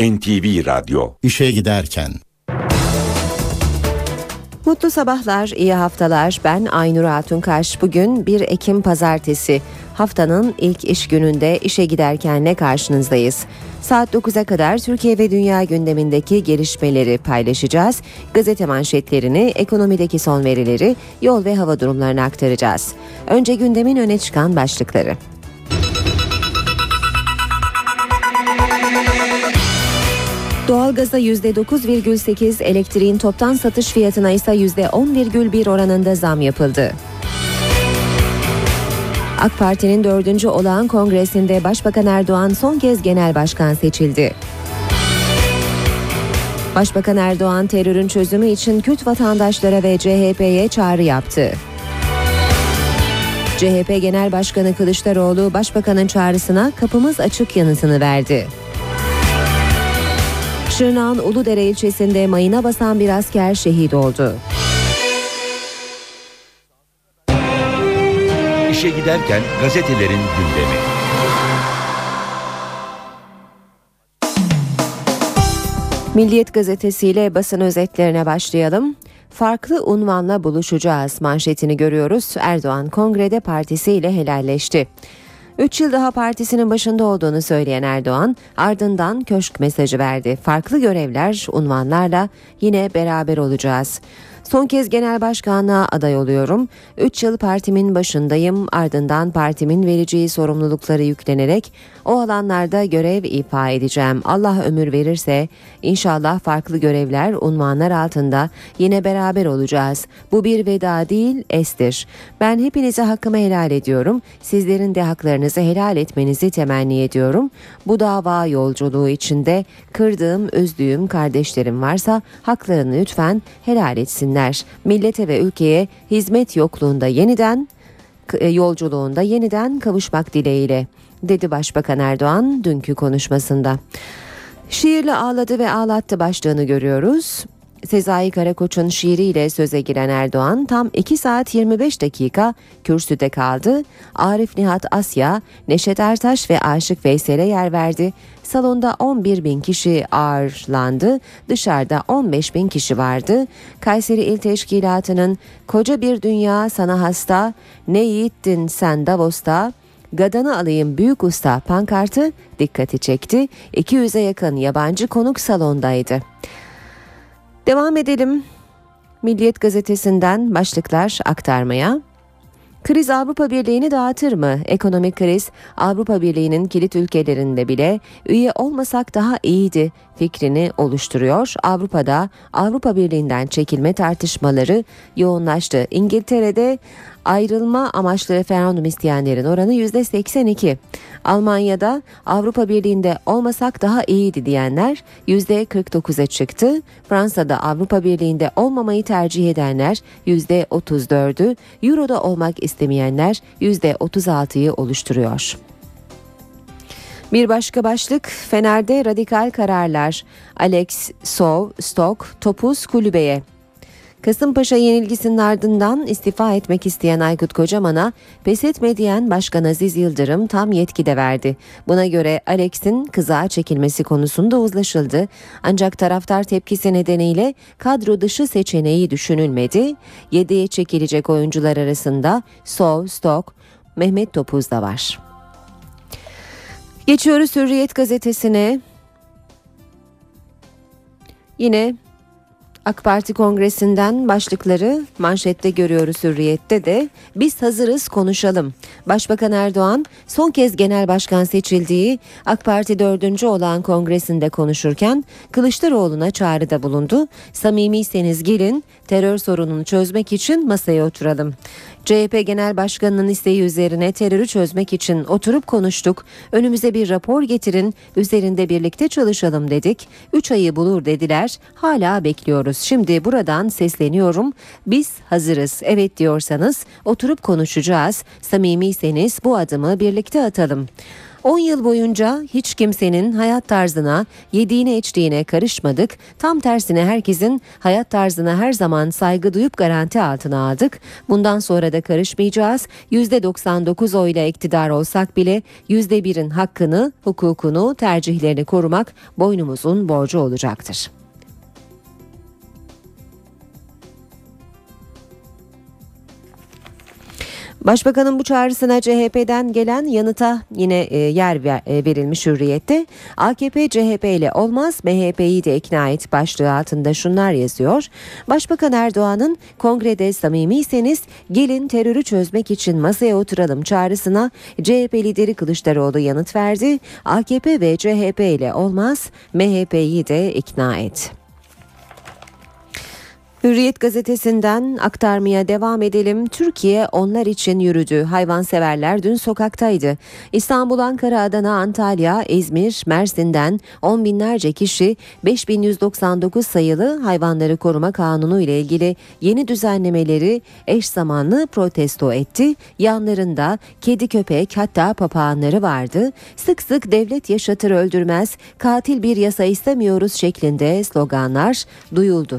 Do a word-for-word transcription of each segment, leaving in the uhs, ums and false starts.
N T V Radyo. İşe giderken. Mutlu sabahlar, iyi haftalar. Ben Aynur Altunkaş. Bugün bir Ekim Pazartesi. Haftanın ilk iş gününde işe giderkenle karşınızdayız. Saat dokuza kadar Türkiye ve dünya gündemindeki gelişmeleri paylaşacağız. Gazete manşetlerini, ekonomideki son verileri, yol ve hava durumlarını aktaracağız. Önce gündemin öne çıkan başlıkları. Doğalgaza yüzde dokuz virgül sekiz, elektriğin toptan satış fiyatına ise yüzde on virgül bir oranında zam yapıldı. AK Parti'nin dördüncü olağan kongresinde Başbakan Erdoğan son kez genel başkan seçildi. Başbakan Erdoğan terörün çözümü için Kürt vatandaşlara ve C H P'ye çağrı yaptı. C H P Genel Başkanı Kılıçdaroğlu Başbakanın çağrısına kapımız açık yanıtını verdi. Şırnak'ın Uludere ilçesinde mayına basan bir asker şehit oldu. İşe giderken gazetelerin gündemi. Milliyet gazetesiyle basın özetlerine başlayalım. Farklı unvanla buluşacağız manşetini görüyoruz. Erdoğan kongrede partisiyle helalleşti. üç yıl daha partisinin başında olduğunu söyleyen Erdoğan ardından köşk mesajı verdi. Farklı görevler, unvanlarla yine beraber olacağız. Son kez genel başkanlığa aday oluyorum. üç yıl partimin başındayım. Ardından partimin vereceği sorumlulukları yüklenerek o alanlarda görev ifa edeceğim. Allah ömür verirse inşallah farklı görevler, unvanlar altında yine beraber olacağız. Bu bir veda değil, estir. Ben hepinize hakkımı helal ediyorum. Sizlerin de haklarınızı helal etmenizi temenni ediyorum. Bu dava yolculuğu içinde kırdığım, üzdüğüm kardeşlerim varsa haklarını lütfen helal etsinler. Millete ve ülkeye hizmet yokluğunda yeniden, yolculuğunda yeniden kavuşmak dileğiyle, dedi Başbakan Erdoğan dünkü konuşmasında. Şiirle ağladı ve ağlattı başlığını görüyoruz. Sezai Karakoç'un şiiriyle söze giren Erdoğan tam iki saat yirmi beş dakika kürsüde kaldı. Arif Nihat Asya, Neşet Ertaş ve Aşık Veysel'e yer verdi. Salonda on bir bin kişi ağırlandı. Dışarıda on beş bin kişi vardı. Kayseri İl Teşkilatı'nın "Koca bir dünya sana hasta, ne yiğittin sen Davos'ta, gadanı alayım büyük usta" pankartı dikkati çekti. iki yüze yakın yabancı konuk salondaydı. Devam edelim. Milliyet gazetesinden başlıklar aktarmaya. Kriz Avrupa Birliği'ni dağıtır mı? Ekonomik kriz Avrupa Birliği'nin kilit ülkelerinde bile üye olmasak daha iyiydi fikrini oluşturuyor. Avrupa'da Avrupa Birliği'nden çekilme tartışmaları yoğunlaştı. İngiltere'de ayrılma amaçlı referandum isteyenlerin oranı yüzde seksen iki. Almanya'da Avrupa Birliği'nde olmasak daha iyiydi diyenler yüzde kırk dokuza çıktı. Fransa'da Avrupa Birliği'nde olmamayı tercih edenler yüzde otuz dördü. Euro'da olmak istemeyenler yüzde otuz altıyı oluşturuyor. Bir başka başlık, Fener'de radikal kararlar. Alex Sov-Stok topuz kulübeye. Kasımpaşa yenilgisinin ardından istifa etmek isteyen Aykut Kocaman'a pes etme diyen Başkan Aziz Yıldırım tam yetki de verdi. Buna göre Alex'in kızağa çekilmesi konusunda uzlaşıldı. Ancak taraftar tepkisi nedeniyle kadro dışı seçeneği düşünülmedi. Yedeğe çekilecek oyuncular arasında Sov, Stok, Mehmet Topuz da var. Geçiyoruz Hürriyet gazetesine. Yine AK Parti kongresinden başlıkları manşette görüyoruz Hürriyet'te de. Biz hazırız, konuşalım. Başbakan Erdoğan son kez genel başkan seçildiği AK Parti dördüncü olağan kongresinde konuşurken Kılıçdaroğlu'na çağrıda bulundu. Samimiyseniz gelin, terör sorununu çözmek için masaya oturalım. C H P Genel Başkanı'nın isteği üzerine terörü çözmek için oturup konuştuk. Önümüze bir rapor getirin, üzerinde birlikte çalışalım dedik. üç ayı bulur dediler. Hala bekliyoruz. Şimdi buradan sesleniyorum. Biz hazırız. Evet diyorsanız oturup konuşacağız. Samimiyseniz bu adımı birlikte atalım. on yıl boyunca hiç kimsenin hayat tarzına, yediğine içtiğine karışmadık. Tam tersine herkesin hayat tarzına her zaman saygı duyup garanti altına aldık. Bundan sonra da karışmayacağız. yüzde doksan dokuz oyla iktidar olsak bile yüzde birin hakkını, hukukunu, tercihlerini korumak boynumuzun borcu olacaktır. Başbakanın bu çağrısına C H P'den gelen yanıta yine e, yer ver, e, verilmiş Hürriyet'te. A K P C H P ile olmaz, M H P'yi de ikna et başlığı altında şunlar yazıyor. Başbakan Erdoğan'ın kongrede samimiyseniz gelin terörü çözmek için masaya oturalım çağrısına C H P lideri Kılıçdaroğlu yanıt verdi. A K P ve C H P ile olmaz, M H P'yi de ikna et. Hürriyet gazetesinden aktarmaya devam edelim. Türkiye onlar için yürüdü. Hayvanseverler dün sokaktaydı. İstanbul, Ankara, Adana, Antalya, İzmir, Mersin'den on binlerce kişi beş bin yüz doksan dokuz sayılı Hayvanları Koruma Kanunu ile ilgili yeni düzenlemeleri eş zamanlı protesto etti. Yanlarında kedi, köpek, hatta papağanları vardı. Sık sık devlet yaşatır öldürmez, katil bir yasa istemiyoruz şeklinde sloganlar duyuldu.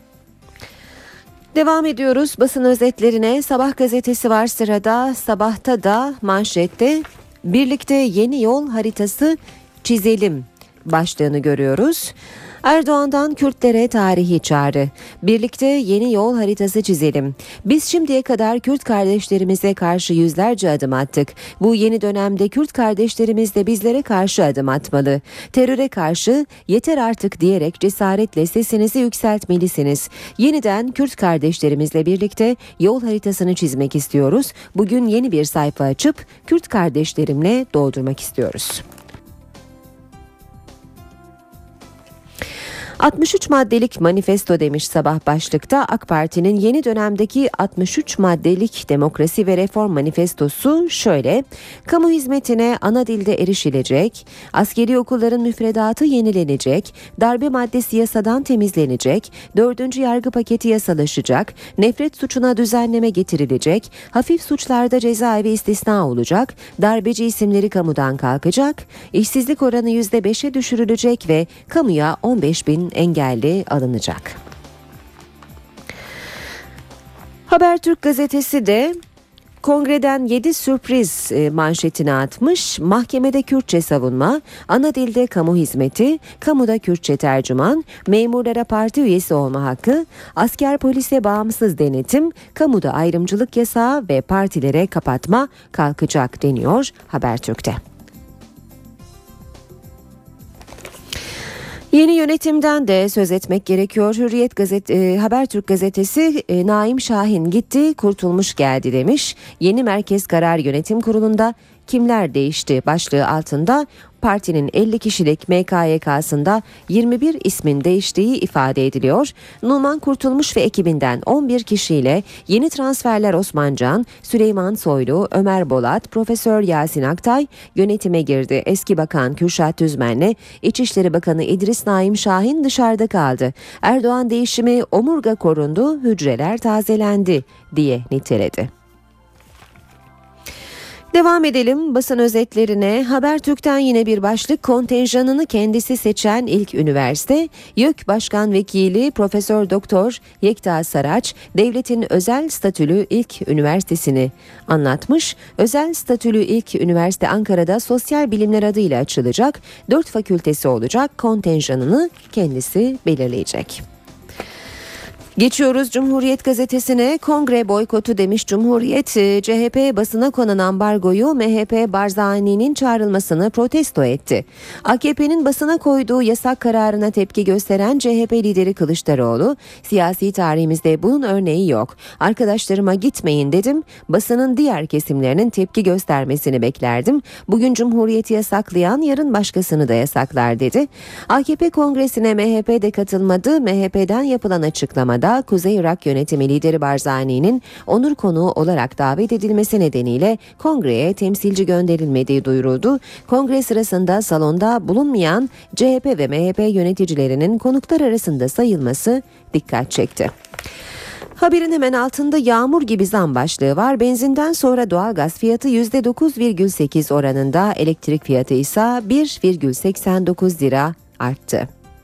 Devam ediyoruz basın özetlerine. Sabah gazetesi var sırada. Sabahta da manşette birlikte yeni yol haritası çizelim başlığını görüyoruz. Erdoğan'dan Kürtlere tarihi çağrı. Birlikte yeni yol haritası çizelim. Biz şimdiye kadar Kürt kardeşlerimize karşı yüzlerce adım attık. Bu yeni dönemde Kürt kardeşlerimiz de bizlere karşı adım atmalı. Teröre karşı yeter artık diyerek cesaretle sesinizi yükseltmelisiniz. Yeniden Kürt kardeşlerimizle birlikte yol haritasını çizmek istiyoruz. Bugün yeni bir sayfa açıp Kürt kardeşlerimle doldurmak istiyoruz. altmış üç maddelik manifesto demiş sabah başlıkta. AK Parti'nin yeni dönemdeki altmış üç maddelik demokrasi ve reform manifestosu şöyle: kamu hizmetine ana dilde erişilecek, askeri okulların müfredatı yenilenecek, darbe maddesi yasadan temizlenecek, dördüncü yargı paketi yasalaşacak, nefret suçuna düzenleme getirilecek, hafif suçlarda cezaevi istisna olacak, darbeci isimleri kamudan kalkacak, işsizlik oranı yüzde beşe düşürülecek ve kamuya on beş bin engelli alınacak. Habertürk gazetesi de kongreden yedi sürpriz manşetini atmış. Mahkemede Kürtçe savunma, ana dilde kamu hizmeti, kamuda Kürtçe tercüman, memurlara parti üyesi olma hakkı, asker polise bağımsız denetim, kamuda ayrımcılık yasağı ve partilere kapatma kalkacak deniyor Habertürk'te. Yeni yönetimden de söz etmek gerekiyor. Hürriyet gazet e, Habertürk gazetesi e, Naim Şahin gitti, kurtulmuş geldi demiş. Yeni Merkez Karar Yönetim Kurulu'nda kimler değişti başlığı altında partinin elli kişilik M K Y K'sında yirmi bir ismin değiştiği ifade ediliyor. Numan Kurtulmuş ve ekibinden on bir kişiyle yeni transferler Osman Can, Süleyman Soylu, Ömer Bolat, Profesör Yasin Aktay yönetime girdi. Eski Bakan Kürşat Düzmen'le İçişleri Bakanı İdris Naim Şahin dışarıda kaldı. Erdoğan değişimi omurga korundu, hücreler tazelendi diye niteledi. Devam edelim basın özetlerine. Habertürk'ten yine bir başlık: kontenjanını kendisi seçen ilk üniversite. YÖK Başkan Vekili Profesör Doktor Yekta Saraç devletin özel statülü ilk üniversitesini anlatmış. Özel statülü ilk üniversite Ankara'da Sosyal Bilimler adıyla açılacak. Dört fakültesi olacak. Kontenjanını kendisi belirleyecek. Geçiyoruz Cumhuriyet gazetesine. Kongre boykotu demiş Cumhuriyet. C H P basına konan ambargoyu M H P Barzani'nin çağrılmasını protesto etti. A K P'nin basına koyduğu yasak kararına tepki gösteren C H P lideri Kılıçdaroğlu, siyasi tarihimizde bunun örneği yok. Arkadaşlarıma gitmeyin dedim. Basının diğer kesimlerinin tepki göstermesini beklerdim. Bugün Cumhuriyeti yasaklayan yarın başkasını da yasaklar dedi. A K P kongresine M H P de katılmadı. M H P'den yapılan açıklamada Kuzey Irak Yönetimi lideri Barzani'nin onur konuğu olarak davet edilmesi nedeniyle kongreye temsilci gönderilmediği duyuruldu. Kongre sırasında salonda bulunmayan C H P ve M H P yöneticilerinin konuklar arasında sayılması dikkat çekti. Haberin hemen altında yağmur gibi zam başlığı var. Benzinden sonra doğalgaz fiyatı yüzde dokuz virgül sekiz oranında, elektrik fiyatı ise bir virgül seksen dokuz lira arttı.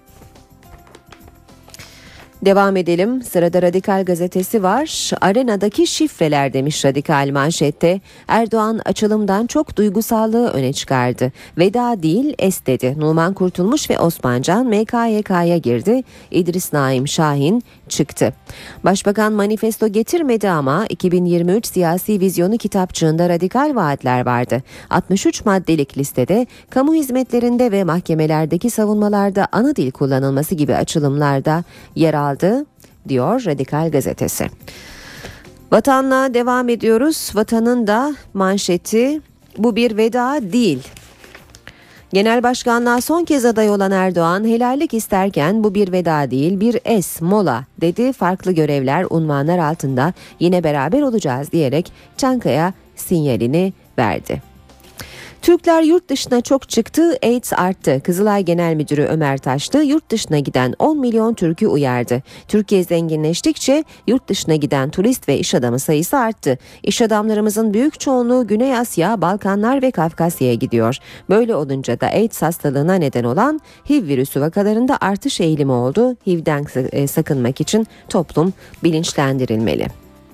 Devam edelim. Sırada Radikal gazetesi var. Arenadaki şifreler demiş Radikal manşette. Erdoğan açılımdan çok duygusallığı öne çıkardı. Veda değil es dedi. Numan Kurtulmuş ve Osman Can M K Y K'ya girdi. İdris Naim Şahin çıktı. Başbakan manifesto getirmedi ama iki bin yirmi üç siyasi vizyonu kitapçığında radikal vaatler vardı. altmış üç maddelik listede kamu hizmetlerinde ve mahkemelerdeki savunmalarda ana dil kullanılması gibi açılımlarda yer aldı, diyor Radikal gazetesi. Vatanla devam ediyoruz. Vatanın da manşeti bu bir veda değil. Genel başkanlığa son kez aday olan Erdoğan helallik isterken bu bir veda değil bir es, mola dedi. Farklı görevler, unvanlar altında yine beraber olacağız diyerek Çankaya sinyalini verdi. Türkler yurt dışına çok çıktı, AIDS arttı. Kızılay Genel Müdürü Ömer Taşlı yurt dışına giden on milyon Türk'ü uyardı. Türkiye zenginleştikçe yurt dışına giden turist ve iş adamı sayısı arttı. İş adamlarımızın büyük çoğunluğu Güney Asya, Balkanlar ve Kafkasya'ya gidiyor. Böyle olunca da AIDS hastalığına neden olan H I V virüsü vakalarında artış eğilimi oldu. H I V'den sakınmak için toplum bilinçlendirilmeli.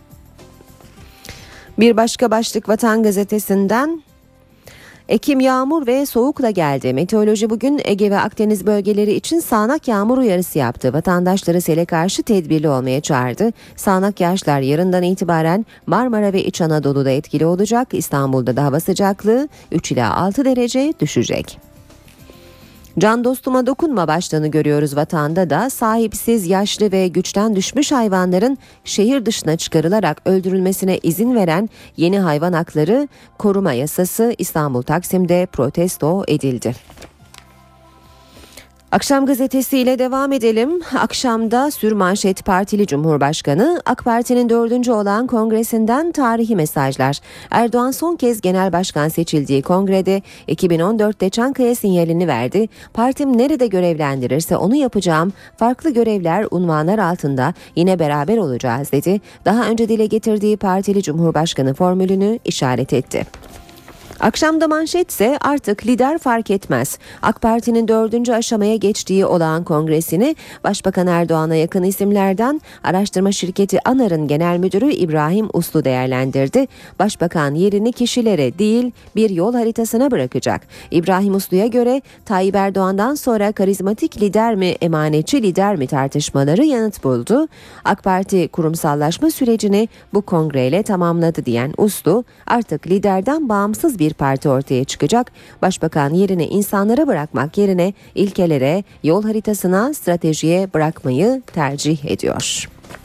Bir başka başlık Vatan Gazetesi'nden. Ekim yağmur ve soğukla geldi. Meteoroloji bugün Ege ve Akdeniz bölgeleri için sağanak yağmur uyarısı yaptı. Vatandaşları sele karşı tedbirli olmaya çağırdı. Sağanak yağışlar yarından itibaren Marmara ve İç Anadolu'da etkili olacak. İstanbul'da da hava sıcaklığı üç ila altı derece düşecek. Can dostuma dokunma başlığını görüyoruz Vatan'da da. Sahipsiz, yaşlı ve güçten düşmüş hayvanların şehir dışına çıkarılarak öldürülmesine izin veren yeni hayvan hakları koruma yasası İstanbul Taksim'de protesto edildi. Akşam gazetesiyle devam edelim. Akşamda sürmanşet partili Cumhurbaşkanı AK Parti'nin dördüncü olan kongresinden tarihi mesajlar. Erdoğan son kez genel başkan seçildiği kongrede iki bin on dörtte Çankaya sinyalini verdi. Partim nerede görevlendirirse onu yapacağım. Farklı görevler, unvanlar altında yine beraber olacağız dedi. Daha önce dile getirdiği partili Cumhurbaşkanı formülünü işaret etti. Akşamda manşetse artık lider fark etmez. AK Parti'nin dördüncü aşamaya geçtiği olağan kongresini Başbakan Erdoğan'a yakın isimlerden araştırma şirketi ANAR'ın genel müdürü İbrahim Uslu değerlendirdi. Başbakan yerini kişilere değil bir yol haritasına bırakacak. İbrahim Uslu'ya göre Tayyip Erdoğan'dan sonra karizmatik lider mi, emanetçi lider mi tartışmaları yanıt buldu. AK Parti kurumsallaşma sürecini bu kongreyle tamamladı diyen Uslu, artık liderden bağımsız bir parti ortaya çıkacak. Başbakan yerini insanlara bırakmak yerine ilkelere, yol haritasına, stratejiye bırakmayı tercih ediyor.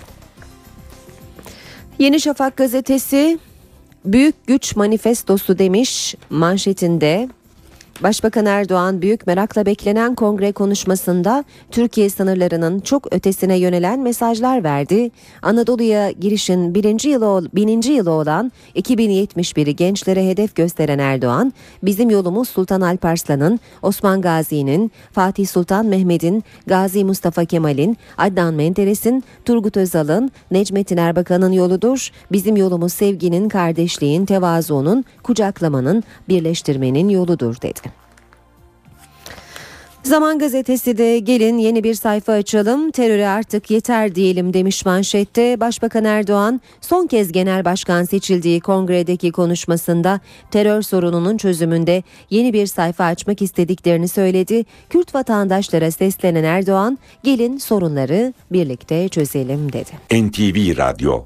Yeni Şafak gazetesi büyük güç manifestosu demiş manşetinde. Başbakan Erdoğan büyük merakla beklenen kongre konuşmasında Türkiye sınırlarının çok ötesine yönelen mesajlar verdi. Anadolu'ya girişin birinci yılı, bininci yılı olan iki bin yetmiş bir'i gençlere hedef gösteren Erdoğan, bizim yolumuz Sultan Alparslan'ın, Osman Gazi'nin, Fatih Sultan Mehmet'in, Gazi Mustafa Kemal'in, Adnan Menderes'in, Turgut Özal'ın, Necmettin Erbakan'ın yoludur. Bizim yolumuz sevginin, kardeşliğin, tevazuunun, kucaklamanın, birleştirmenin yoludur dedi. Zaman gazetesi de gelin yeni bir sayfa açalım, teröre artık yeter diyelim demiş manşette. Başbakan Erdoğan son kez genel başkan seçildiği kongredeki konuşmasında terör sorununun çözümünde yeni bir sayfa açmak istediklerini söyledi. Kürt vatandaşlara seslenen Erdoğan, gelin sorunları birlikte çözelim dedi. N T V Radyo.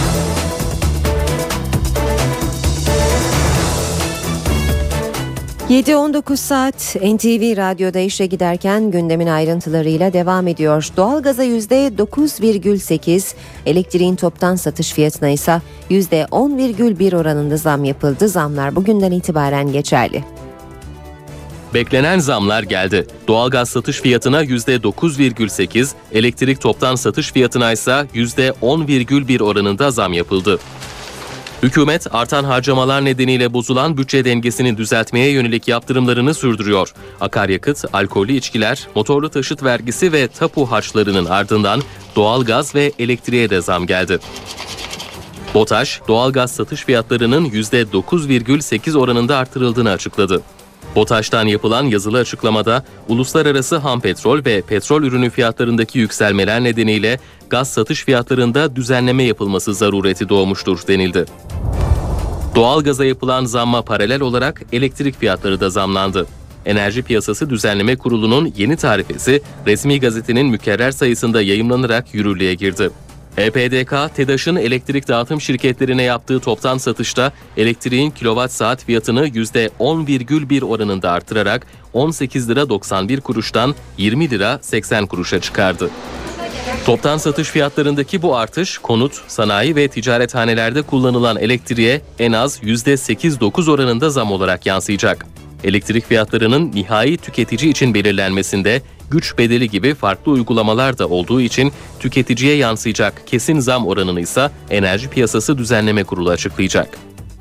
yedi on dokuz saat N T V Radyo'da işe giderken gündemin ayrıntılarıyla devam ediyor. Doğalgaza yüzde dokuz virgül sekiz, elektriğin toptan satış fiyatına ise yüzde on virgül bir oranında zam yapıldı. Zamlar bugünden itibaren geçerli. Beklenen zamlar geldi. Doğalgaz satış fiyatına yüzde dokuz virgül sekiz, elektrik toptan satış fiyatına ise yüzde on virgül bir oranında zam yapıldı. Hükümet artan harcamalar nedeniyle bozulan bütçe dengesini düzeltmeye yönelik yaptırımlarını sürdürüyor. Akaryakıt, alkollü içkiler, motorlu taşıt vergisi ve tapu harçlarının ardından doğalgaz ve elektriğe de zam geldi. BOTAŞ, doğalgaz satış fiyatlarının yüzde dokuz virgül sekiz oranında artırıldığını açıkladı. BOTAŞ'tan yapılan yazılı açıklamada uluslararası ham petrol ve petrol ürünü fiyatlarındaki yükselmeler nedeniyle gaz satış fiyatlarında düzenleme yapılması zarureti doğmuştur denildi. Doğalgaza yapılan zamma paralel olarak elektrik fiyatları da zamlandı. Enerji Piyasası Düzenleme Kurulu'nun yeni tarifesi resmi gazetenin mükerrer sayısında yayımlanarak yürürlüğe girdi. H P D K, TEDAŞ'ın elektrik dağıtım şirketlerine yaptığı toptan satışta elektriğin kilowatt saat fiyatını yüzde on virgül bir oranında artırarak on sekiz lira doksan bir kuruştan yirmi lira seksen kuruşa çıkardı. Toptan satış fiyatlarındaki bu artış, konut, sanayi ve ticarethanelerde kullanılan elektriğe en az yüzde sekiz dokuz oranında zam olarak yansıyacak. Elektrik fiyatlarının nihai tüketici için belirlenmesinde güç bedeli gibi farklı uygulamalar da olduğu için tüketiciye yansıyacak kesin zam oranını ise Enerji Piyasası Düzenleme Kurulu açıklayacak.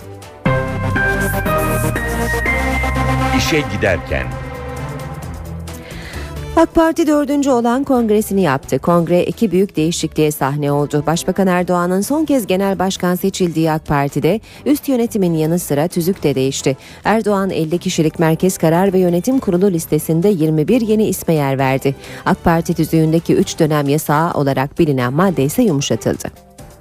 İşe giderken. AK Parti dördüncü olan kongresini yaptı. Kongre iki büyük değişikliğe sahne oldu. Başbakan Erdoğan'ın son kez genel başkan seçildiği AK Parti'de üst yönetimin yanı sıra tüzük de değişti. Erdoğan elli kişilik Merkez Karar ve Yönetim Kurulu listesinde yirmi bir yeni isme yer verdi. AK Parti tüzüğündeki üç dönem yasağı olarak bilinen madde ise yumuşatıldı.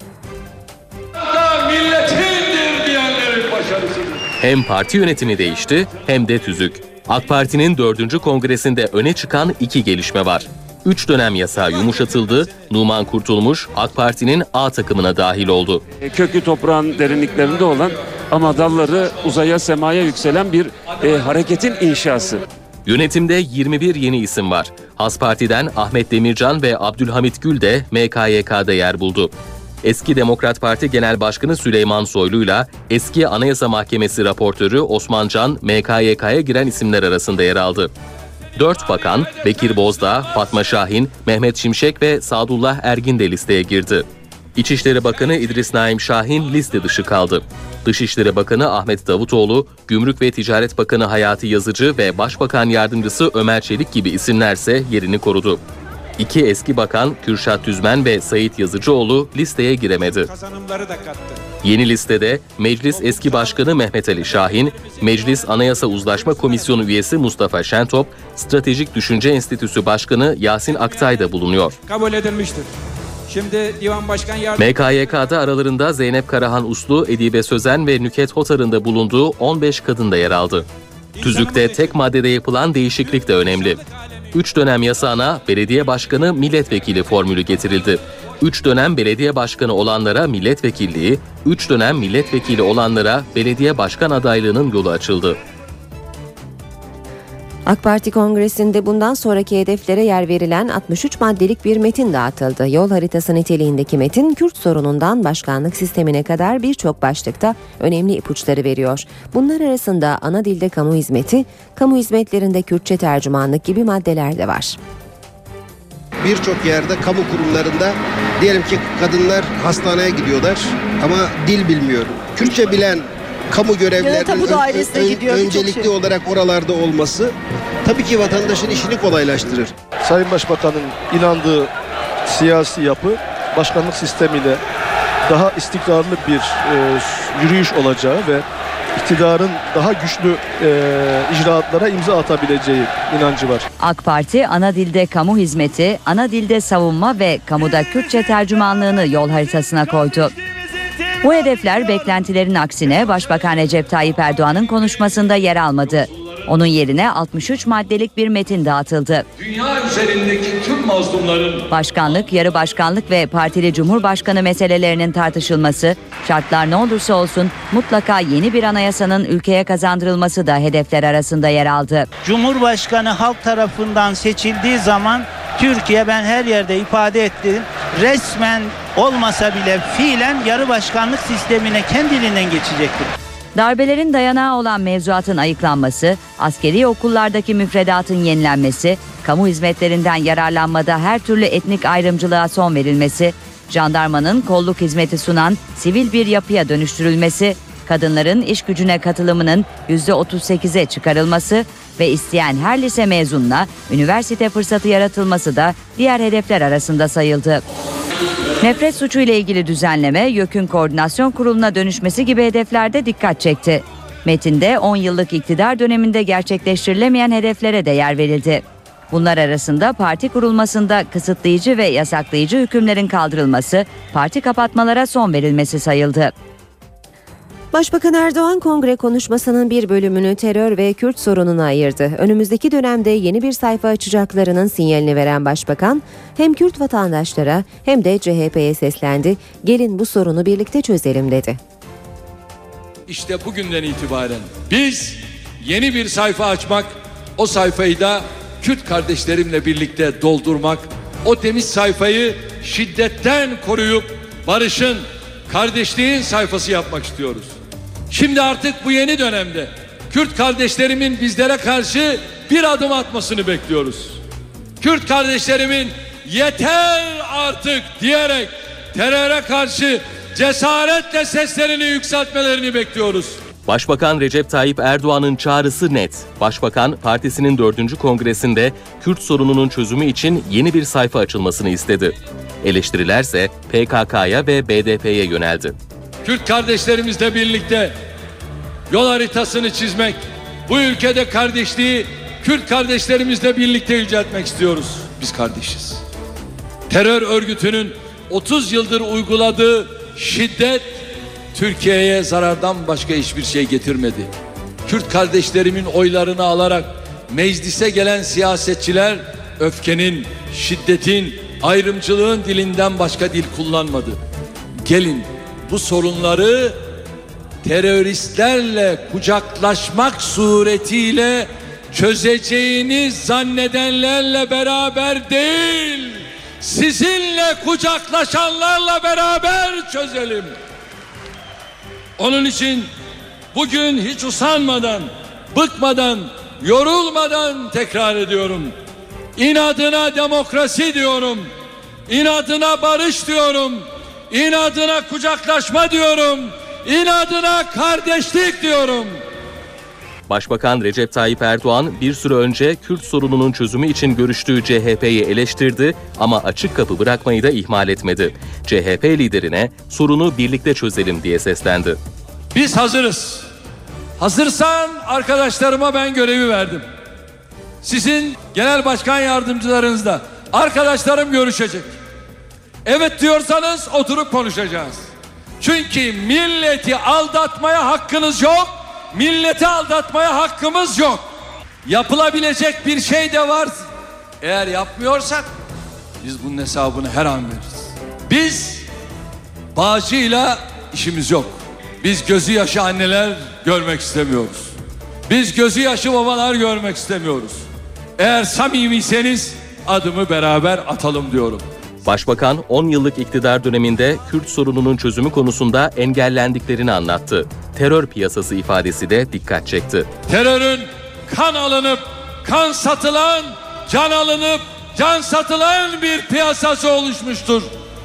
Hem parti yönetimi değişti hem de tüzük. AK Parti'nin dördüncü kongresinde öne çıkan iki gelişme var. Üç dönem yasağı yumuşatıldı, Numan Kurtulmuş AK Parti'nin A takımına dahil oldu. Kökü toprağın derinliklerinde olan ama dalları uzaya semaya yükselen bir e, hareketin inşası. Yönetimde yirmi bir yeni isim var. Has Parti'den Ahmet Demircan ve Abdülhamit Gül de M K Y K'da yer buldu. Eski Demokrat Parti Genel Başkanı Süleyman Soylu'yla eski Anayasa Mahkemesi raportörü Osman Can M K Y K'ya giren isimler arasında yer aldı. Dört bakan Bekir Bozdağ, Fatma Şahin, Mehmet Şimşek ve Sadullah Ergin de listeye girdi. İçişleri Bakanı İdris Naim Şahin liste dışı kaldı. Dışişleri Bakanı Ahmet Davutoğlu, Gümrük ve Ticaret Bakanı Hayati Yazıcı ve Başbakan Yardımcısı Ömer Çelik gibi isimlerse yerini korudu. İki eski bakan Kürşat Düzmen ve Sait Yazıcıoğlu listeye giremedi. Yeni listede Meclis Eski Başkanı Mehmet Ali Şahin, Meclis Anayasa Uzlaşma Komisyonu üyesi Mustafa Şentop, Stratejik Düşünce Enstitüsü Başkanı Yasin Aktay da bulunuyor. Kabul edilmiştir. Şimdi Divan Başkan Yardımcısı M K Y K'da aralarında Zeynep Karahan Uslu, Edibe Sözen ve Nüket Hotar'ın da bulunduğu on beş kadın da yer aldı. Tüzükte tek maddede yapılan değişiklik de önemli. Üç dönem yasağına belediye başkanı milletvekili formülü getirildi. Üç dönem belediye başkanı olanlara milletvekilliği, üç dönem milletvekili olanlara belediye başkan adaylığının yolu açıldı. AK Parti kongresinde bundan sonraki hedeflere yer verilen altmış üç maddelik bir metin dağıtıldı. Yol haritası niteliğindeki metin, Kürt sorunundan başkanlık sistemine kadar birçok başlıkta önemli ipuçları veriyor. Bunlar arasında ana dilde kamu hizmeti, kamu hizmetlerinde Kürtçe tercümanlık gibi maddeler de var. Birçok yerde kamu kurumlarında diyelim ki kadınlar hastaneye gidiyorlar ama dil bilmiyor. Kürtçe bilen kamu görevlilerinin ön, ön, gidiyor, öncelikli şey. olarak oralarda olması tabii ki vatandaşın işini kolaylaştırır. Sayın Başbakan'ın inandığı siyasi yapı başkanlık sistemiyle daha istikrarlı bir e, yürüyüş olacağı ve iktidarın daha güçlü e, icraatlara imza atabileceği inancı var. AK Parti ana dilde kamu hizmeti, ana dilde savunma ve kamuda Kürtçe tercümanlığını yol haritasına koydu. Bu hedefler beklentilerin aksine Başbakan Recep Tayyip Erdoğan'ın konuşmasında yer almadı. Onun yerine altmış üç maddelik bir metin dağıtıldı. Dünya üzerindeki tüm mazlumların başkanlık, yarı başkanlık ve partili cumhurbaşkanı meselelerinin tartışılması, şartlar ne olursa olsun mutlaka yeni bir anayasanın ülkeye kazandırılması da hedefler arasında yer aldı. Cumhurbaşkanı halk tarafından seçildiği zaman Türkiye, ben her yerde ifade ettim, resmen olmasa bile fiilen yarı başkanlık sistemine kendiliğinden geçecektir. Darbelerin dayanağı olan mevzuatın ayıklanması, askeri okullardaki müfredatın yenilenmesi, kamu hizmetlerinden yararlanmada her türlü etnik ayrımcılığa son verilmesi, jandarmanın kolluk hizmeti sunan sivil bir yapıya dönüştürülmesi, kadınların iş gücüne katılımının yüzde otuz sekize çıkarılması ve isteyen her lise mezununa üniversite fırsatı yaratılması da diğer hedefler arasında sayıldı. Nefret suçu ile ilgili düzenleme, YÖK'ün koordinasyon kuruluna dönüşmesi gibi hedeflerde dikkat çekti. Metinde on yıllık iktidar döneminde gerçekleştirilemeyen hedeflere de yer verildi. Bunlar arasında parti kurulmasında kısıtlayıcı ve yasaklayıcı hükümlerin kaldırılması, parti kapatmalara son verilmesi sayıldı. Başbakan Erdoğan kongre konuşmasının bir bölümünü terör ve Kürt sorununa ayırdı. Önümüzdeki dönemde yeni bir sayfa açacaklarının sinyalini veren Başbakan hem Kürt vatandaşlara hem de C H P'ye seslendi. Gelin bu sorunu birlikte çözelim dedi. İşte bugünden itibaren biz yeni bir sayfa açmak, o sayfayı da Kürt kardeşlerimle birlikte doldurmak, o temiz sayfayı şiddetten koruyup barışın, kardeşliğin sayfası yapmak istiyoruz. Şimdi artık bu yeni dönemde Kürt kardeşlerimin bizlere karşı bir adım atmasını bekliyoruz. Kürt kardeşlerimin yeter artık diyerek teröre karşı cesaretle seslerini yükseltmelerini bekliyoruz. Başbakan Recep Tayyip Erdoğan'ın çağrısı net. Başbakan partisinin dördüncü kongresinde Kürt sorununun çözümü için yeni bir sayfa açılmasını istedi. Eleştirilerse P K K'ya ve B D P'ye yöneldi. Kürt kardeşlerimizle birlikte yol haritasını çizmek, bu ülkede kardeşliği Kürt kardeşlerimizle birlikte yüceltmek istiyoruz. Biz kardeşiz. Terör örgütünün otuz yıldır uyguladığı şiddet Türkiye'ye zarardan başka hiçbir şey getirmedi. Kürt kardeşlerimin oylarını alarak meclise gelen siyasetçiler öfkenin, şiddetin, ayrımcılığın dilinden başka dil kullanmadı. Gelin bu sorunları teröristlerle kucaklaşmak suretiyle çözeceğini zannedenlerle beraber değil, sizinle kucaklaşanlarla beraber çözelim. Onun için bugün hiç usanmadan, bıkmadan, yorulmadan tekrar ediyorum. İnadına demokrasi diyorum. İnadına barış diyorum. İnadına kucaklaşma diyorum. İnadına kardeşlik diyorum. Başbakan Recep Tayyip Erdoğan bir süre önce Kürt sorununun çözümü için görüştüğü C H P'yi eleştirdi ama açık kapı bırakmayı da ihmal etmedi. C H P liderine sorunu birlikte çözelim diye seslendi. Biz hazırız. Hazırsan arkadaşlarıma ben görevi verdim. Sizin genel başkan yardımcılarınızla arkadaşlarım görüşecek. Evet diyorsanız oturup konuşacağız. Çünkü milleti aldatmaya hakkınız yok. Milleti aldatmaya hakkımız yok. Yapılabilecek bir şey de var. Eğer yapmıyorsak biz bunun hesabını her an veririz. Biz bağcıyla işimiz yok. Biz gözü yaşı anneler görmek istemiyoruz. Biz gözü yaşı babalar görmek istemiyoruz. Eğer samimiyseniz adımı beraber atalım diyorum. Başbakan on yıllık iktidar döneminde Kürt sorununun çözümü konusunda engellendiklerini anlattı. Terör piyasası ifadesi de dikkat çekti. Terörün kan alınıp kan satılan, can alınıp can satılan bir piyasası oluşmuştur.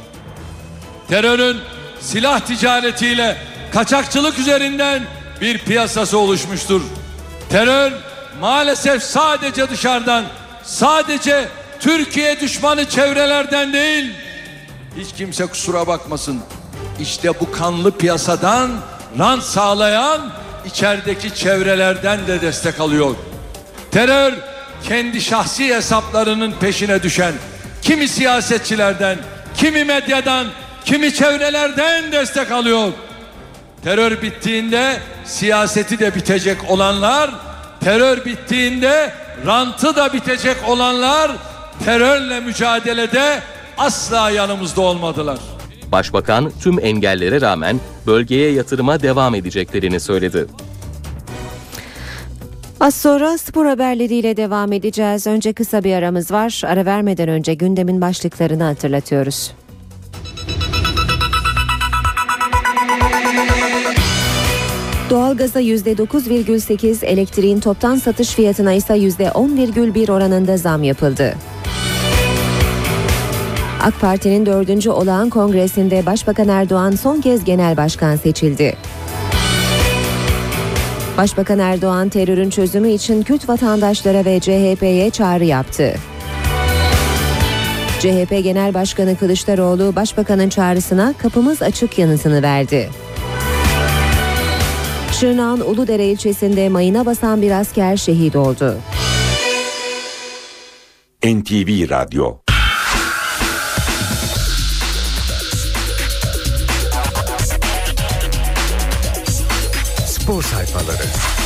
Terörün silah ticaretiyle kaçakçılık üzerinden bir piyasası oluşmuştur. Terör maalesef sadece dışarıdan, sadece Türkiye düşmanı çevrelerden değil, hiç kimse kusura bakmasın, İşte bu kanlı piyasadan rant sağlayan içerideki çevrelerden de destek alıyor. Terör kendi şahsi hesaplarının peşine düşen kimi siyasetçilerden, kimi medyadan, kimi çevrelerden destek alıyor. Terör bittiğinde siyaseti de bitecek olanlar, terör bittiğinde rantı da bitecek olanlar terörle mücadelede asla yanımızda olmadılar. Başbakan tüm engellere rağmen bölgeye yatırıma devam edeceklerini söyledi. Az sonra spor haberleriyle devam edeceğiz. Önce kısa bir aramız var. Ara vermeden önce gündemin başlıklarını hatırlatıyoruz. Doğalgaza yüzde dokuz virgül sekiz, elektriğin toptan satış fiyatına ise yüzde on virgül bir oranında zam yapıldı. AK Parti'nin dördüncü olağan kongresinde Başbakan Erdoğan son kez genel başkan seçildi. Başbakan Erdoğan terörün çözümü için Kürt vatandaşlara ve C H P'ye çağrı yaptı. C H P Genel Başkanı Kılıçdaroğlu Başbakanın çağrısına kapımız açık yanıtını verdi. Şırnak'ın Uludere ilçesinde mayına basan bir asker şehit oldu. N T V Radyo. Spor sayfaları.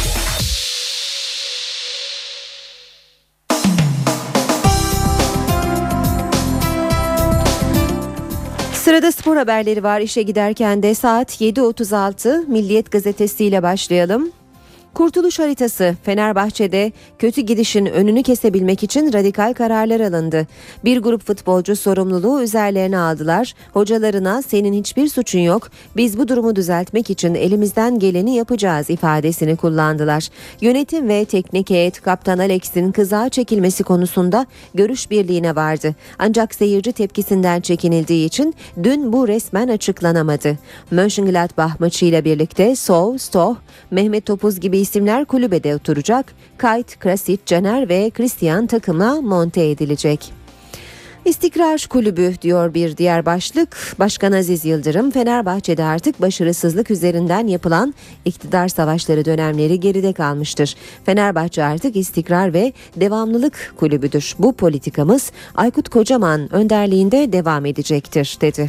Sırada spor haberleri var. İşe giderken de saat yedi otuz altı Milliyet gazetesiyle başlayalım. Kurtuluş haritası. Fenerbahçe'de kötü gidişin önünü kesebilmek için radikal kararlar alındı. Bir grup futbolcu sorumluluğu üzerlerine aldılar. Hocalarına senin hiçbir suçun yok, biz bu durumu düzeltmek için elimizden geleni yapacağız ifadesini kullandılar. Yönetim ve teknik heyet Kaptan Alex'in kızağa çekilmesi konusunda görüş birliğine vardı. Ancak seyirci tepkisinden çekinildiği için dün bu resmen açıklanamadı. Mönchengladbach maçıyla birlikte Sov, Stoh, Mehmet Topuz gibi isimler kulübede oturacak. Kayt, Krasic, Caner ve Christian takıma monte edilecek. İstikrar kulübü diyor bir diğer başlık. Başkan Aziz Yıldırım, Fenerbahçe'de artık başarısızlık üzerinden yapılan iktidar savaşları dönemleri geride kalmıştır. Fenerbahçe artık istikrar ve devamlılık kulübüdür. Bu politikamız Aykut Kocaman önderliğinde devam edecektir dedi.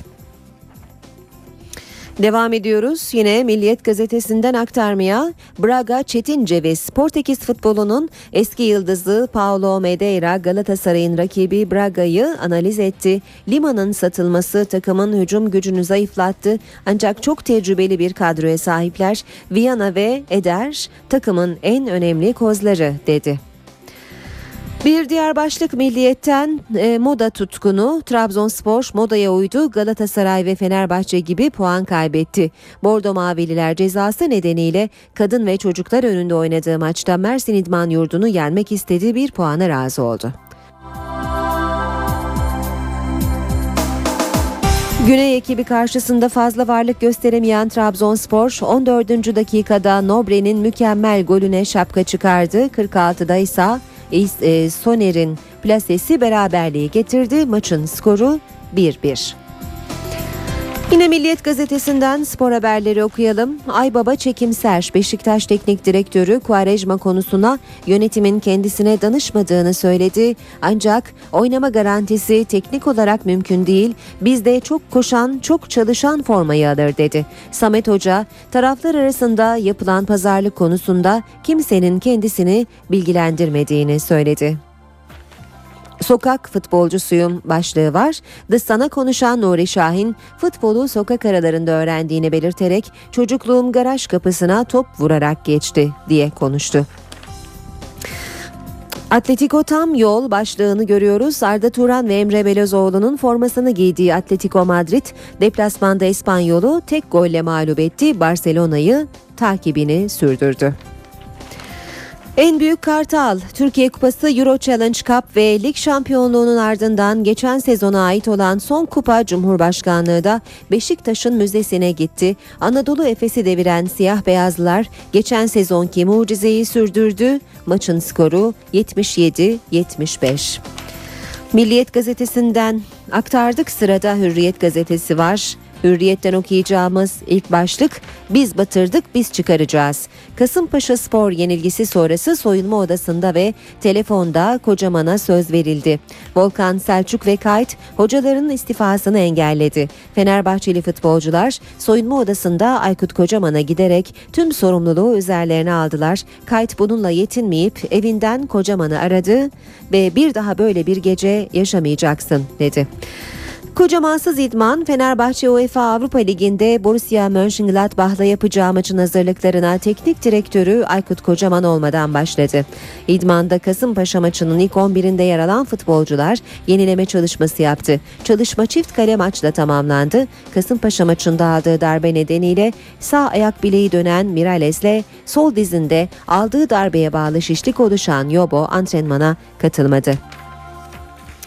Devam ediyoruz yine Milliyet gazetesinden aktarmaya. Braga Çetin Ceviz, Portekiz futbolunun eski yıldızı Paulo Medeira Galatasaray'ın rakibi Braga'yı analiz etti. Lima'nın satılması takımın hücum gücünü zayıflattı ancak çok tecrübeli bir kadroya sahipler. Viana ve Eder takımın en önemli kozları dedi. Bir diğer başlık Milliyet'ten e, moda tutkunu Trabzonspor modaya uydu, Galatasaray ve Fenerbahçe gibi puan kaybetti. Bordo Mavililer cezası nedeniyle kadın ve çocuklar önünde oynadığı maçta Mersin İdman Yurdu'nu yenmek istediği bir puana razı oldu. Güney ekibi karşısında fazla varlık gösteremeyen Trabzonspor on dördüncü dakikada Nobre'nin mükemmel golüne şapka çıkardı. kırk altıda ise Soner'in plasesi beraberliği getirdi. Maçın skoru bir bir. Yine Milliyet gazetesinden spor haberleri okuyalım. Aybaba çekimser. Beşiktaş Teknik Direktörü Quaresma konusuna yönetimin kendisine danışmadığını söyledi. Ancak oynama garantisi teknik olarak mümkün değil. Bizde çok koşan, çok çalışan formayı alır dedi. Samet Hoca, taraflar arasında yapılan pazarlık konusunda kimsenin kendisini bilgilendirmediğini söyledi. Sokak futbolcusuyum başlığı var. Dışsana konuşan Nuri Şahin, futbolu sokak aralarında öğrendiğini belirterek çocukluğum garaj kapısına top vurarak geçti diye konuştu. Atletico tam yol başlığını görüyoruz. Arda Turan ve Emre Belözoğlu'nun formasını giydiği Atletico Madrid deplasmanda İspanyol'u tek golle mağlup etti. Barcelona'yı takibini sürdürdü. En büyük kartal, Türkiye Kupası, Euro Challenge Cup ve lig şampiyonluğunun ardından geçen sezona ait olan son kupa Cumhurbaşkanlığı da Beşiktaş'ın müzesine gitti. Anadolu Efes'i deviren siyah beyazlılar geçen sezonki mucizeyi sürdürdü. Maçın skoru yetmiş yedi yetmiş beş. Milliyet gazetesinden aktardık, sırada Hürriyet gazetesi var. Hürriyet'ten okuyacağımız ilk başlık, biz batırdık biz çıkaracağız. Kasımpaşa Spor yenilgisi sonrası soyunma odasında ve telefonda Kocaman'a söz verildi. Volkan Selçuk ve Kayt hocalarının istifasını engelledi. Fenerbahçeli futbolcular soyunma odasında Aykut Kocaman'a giderek tüm sorumluluğu üzerlerine aldılar. Kayt bununla yetinmeyip evinden Kocaman'ı aradı ve bir daha böyle bir gece yaşamayacaksın dedi. Kocamansız idman, Fenerbahçe UEFA Avrupa Ligi'nde Borussia Mönchengladbach'la yapacağı maçın hazırlıklarına teknik direktörü Aykut Kocaman olmadan başladı. İdmanda Kasımpaşa maçının ilk on birinde yer alan futbolcular yenileme çalışması yaptı. Çalışma çift kale maçla tamamlandı. Kasımpaşa maçında aldığı darbe nedeniyle sağ ayak bileği dönen Mirales'le sol dizinde aldığı darbeye bağlı şişlik oluşan Yobo antrenmana katılmadı.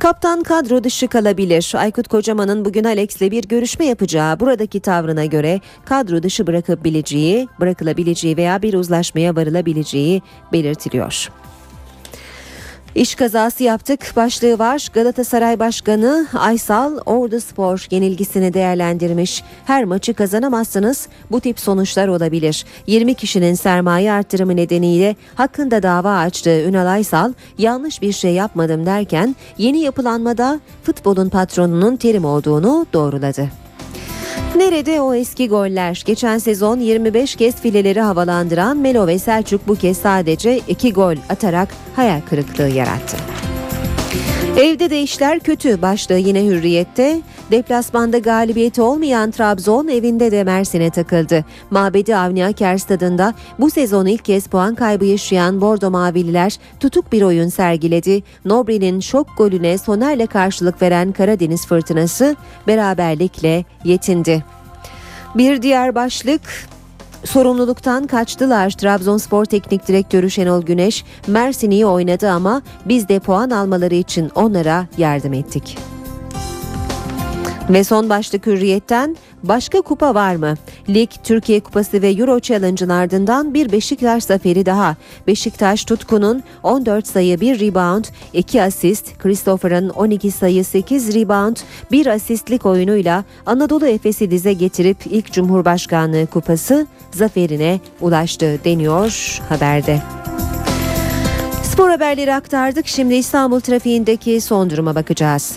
Kaptan kadro dışı kalabilir. Aykut Kocaman'ın bugün Alex'le bir görüşme yapacağı, buradaki tavrına göre kadro dışı bırakabileceği, bırakılabileceği veya bir uzlaşmaya varılabileceği belirtiliyor. İş kazası yaptık başlığı var. Galatasaray Başkanı Aysal Orduspor yenilgisini değerlendirmiş. Her maçı kazanamazsınız. Bu tip sonuçlar olabilir. yirmi kişinin sermaye arttırımı nedeniyle hakkında dava açtığı Ünal Aysal yanlış bir şey yapmadım derken yeni yapılanmada futbolun patronunun terim olduğunu doğruladı. Nerede o eski goller? Geçen sezon yirmi beş kez fileleri havalandıran Melo ve Selçuk bu kez sadece iki gol atarak hayal kırıklığı yarattı. Evde de işler kötü başlığı yine Hürriyet'te. Deplasmanda galibiyeti olmayan Trabzon evinde de Mersin'e takıldı. Mabedi Avni Aker stadında bu sezon ilk kez puan kaybı yaşayan Bordo Mavililer tutuk bir oyun sergiledi. Nobri'nin şok golüne Soner'le karşılık veren Karadeniz Fırtınası beraberlikle yetindi. Bir diğer başlık: sorumluluktan kaçtılar. Trabzonspor Teknik Direktörü Şenol Güneş, Mersin iyi oynadı ama biz de puan almaları için onlara yardım ettik. Ve son başlık Hürriyet'ten: başka kupa var mı? Lig, Türkiye Kupası ve Euro Challenge'ın ardından bir Beşiktaş zaferi daha. Beşiktaş Tutku'nun on dört sayı, bir rebound, iki asist, Christopher'ın on iki sayı, sekiz rebound, bir asistlik oyunuyla Anadolu Efes'i dize getirip ilk Cumhurbaşkanlığı Kupası zaferine ulaştı deniyor haberde. Spor haberleri aktardık. Şimdi İstanbul trafiğindeki son duruma bakacağız.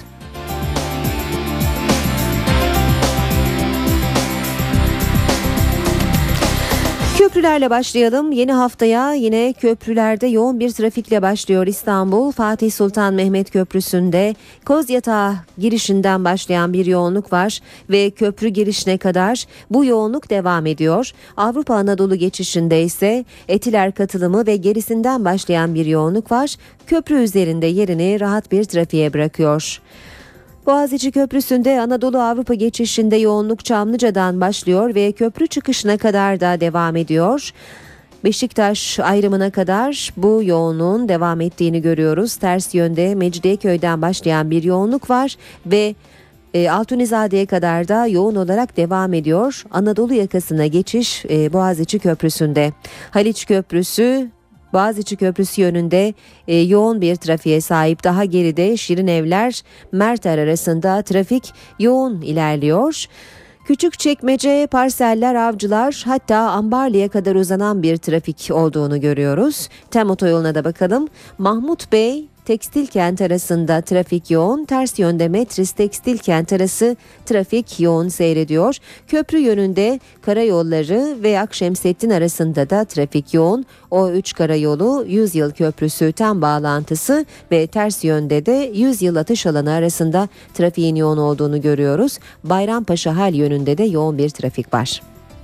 Köprülerle başlayalım. Yeni haftaya yine köprülerde yoğun bir trafikle başlıyor İstanbul. Fatih Sultan Mehmet Köprüsü'nde Kozyatağı girişinden başlayan bir yoğunluk var ve köprü girişine kadar bu yoğunluk devam ediyor. Avrupa Anadolu geçişinde ise Etiler katılımı ve gerisinden başlayan bir yoğunluk var. Köprü üzerinde yerini rahat bir trafiğe bırakıyor. Boğaziçi Köprüsü'nde Anadolu Avrupa geçişinde yoğunluk Çamlıca'dan başlıyor ve köprü çıkışına kadar da devam ediyor. Beşiktaş ayrımına kadar bu yoğunluğun devam ettiğini görüyoruz. Ters yönde Mecidiyeköy'den başlayan bir yoğunluk var ve e, Altunizade'ye kadar da yoğun olarak devam ediyor. Anadolu yakasına geçiş e, Boğaziçi Köprüsü'nde. Haliç Köprüsü Boğaziçi Köprüsü yönünde e, yoğun bir trafiğe sahip. Daha geride Şirinevler Merter arasında trafik yoğun ilerliyor. Küçükçekmece, Parseller, Avcılar, hatta Ambarlı'ya kadar uzanan bir trafik olduğunu görüyoruz. Tem otoyoluna da bakalım. Mahmut Bey Tekstil Kent arasında trafik yoğun. Ters yönde Metris Tekstil Kent arası trafik yoğun seyrediyor. Köprü yönünde karayolları ve Akşemsettin arasında da trafik yoğun. O üç karayolu Yüzyıl Köprüsü tem bağlantısı ve ters yönde de Yüzyıl atış alanı arasında trafiğin yoğun olduğunu görüyoruz. Bayrampaşa Hal yönünde de yoğun bir trafik var.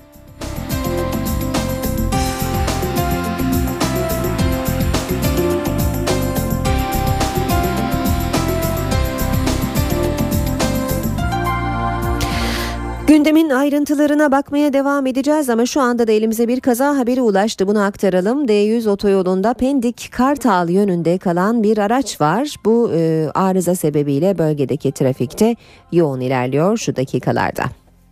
Gündemin ayrıntılarına bakmaya devam edeceğiz ama şu anda da elimize bir kaza haberi ulaştı. Bunu aktaralım. D yüz otoyolunda Pendik Kartal yönünde kalan bir araç var. Bu e, arıza sebebiyle bölgedeki trafikte yoğun ilerliyor şu dakikalarda.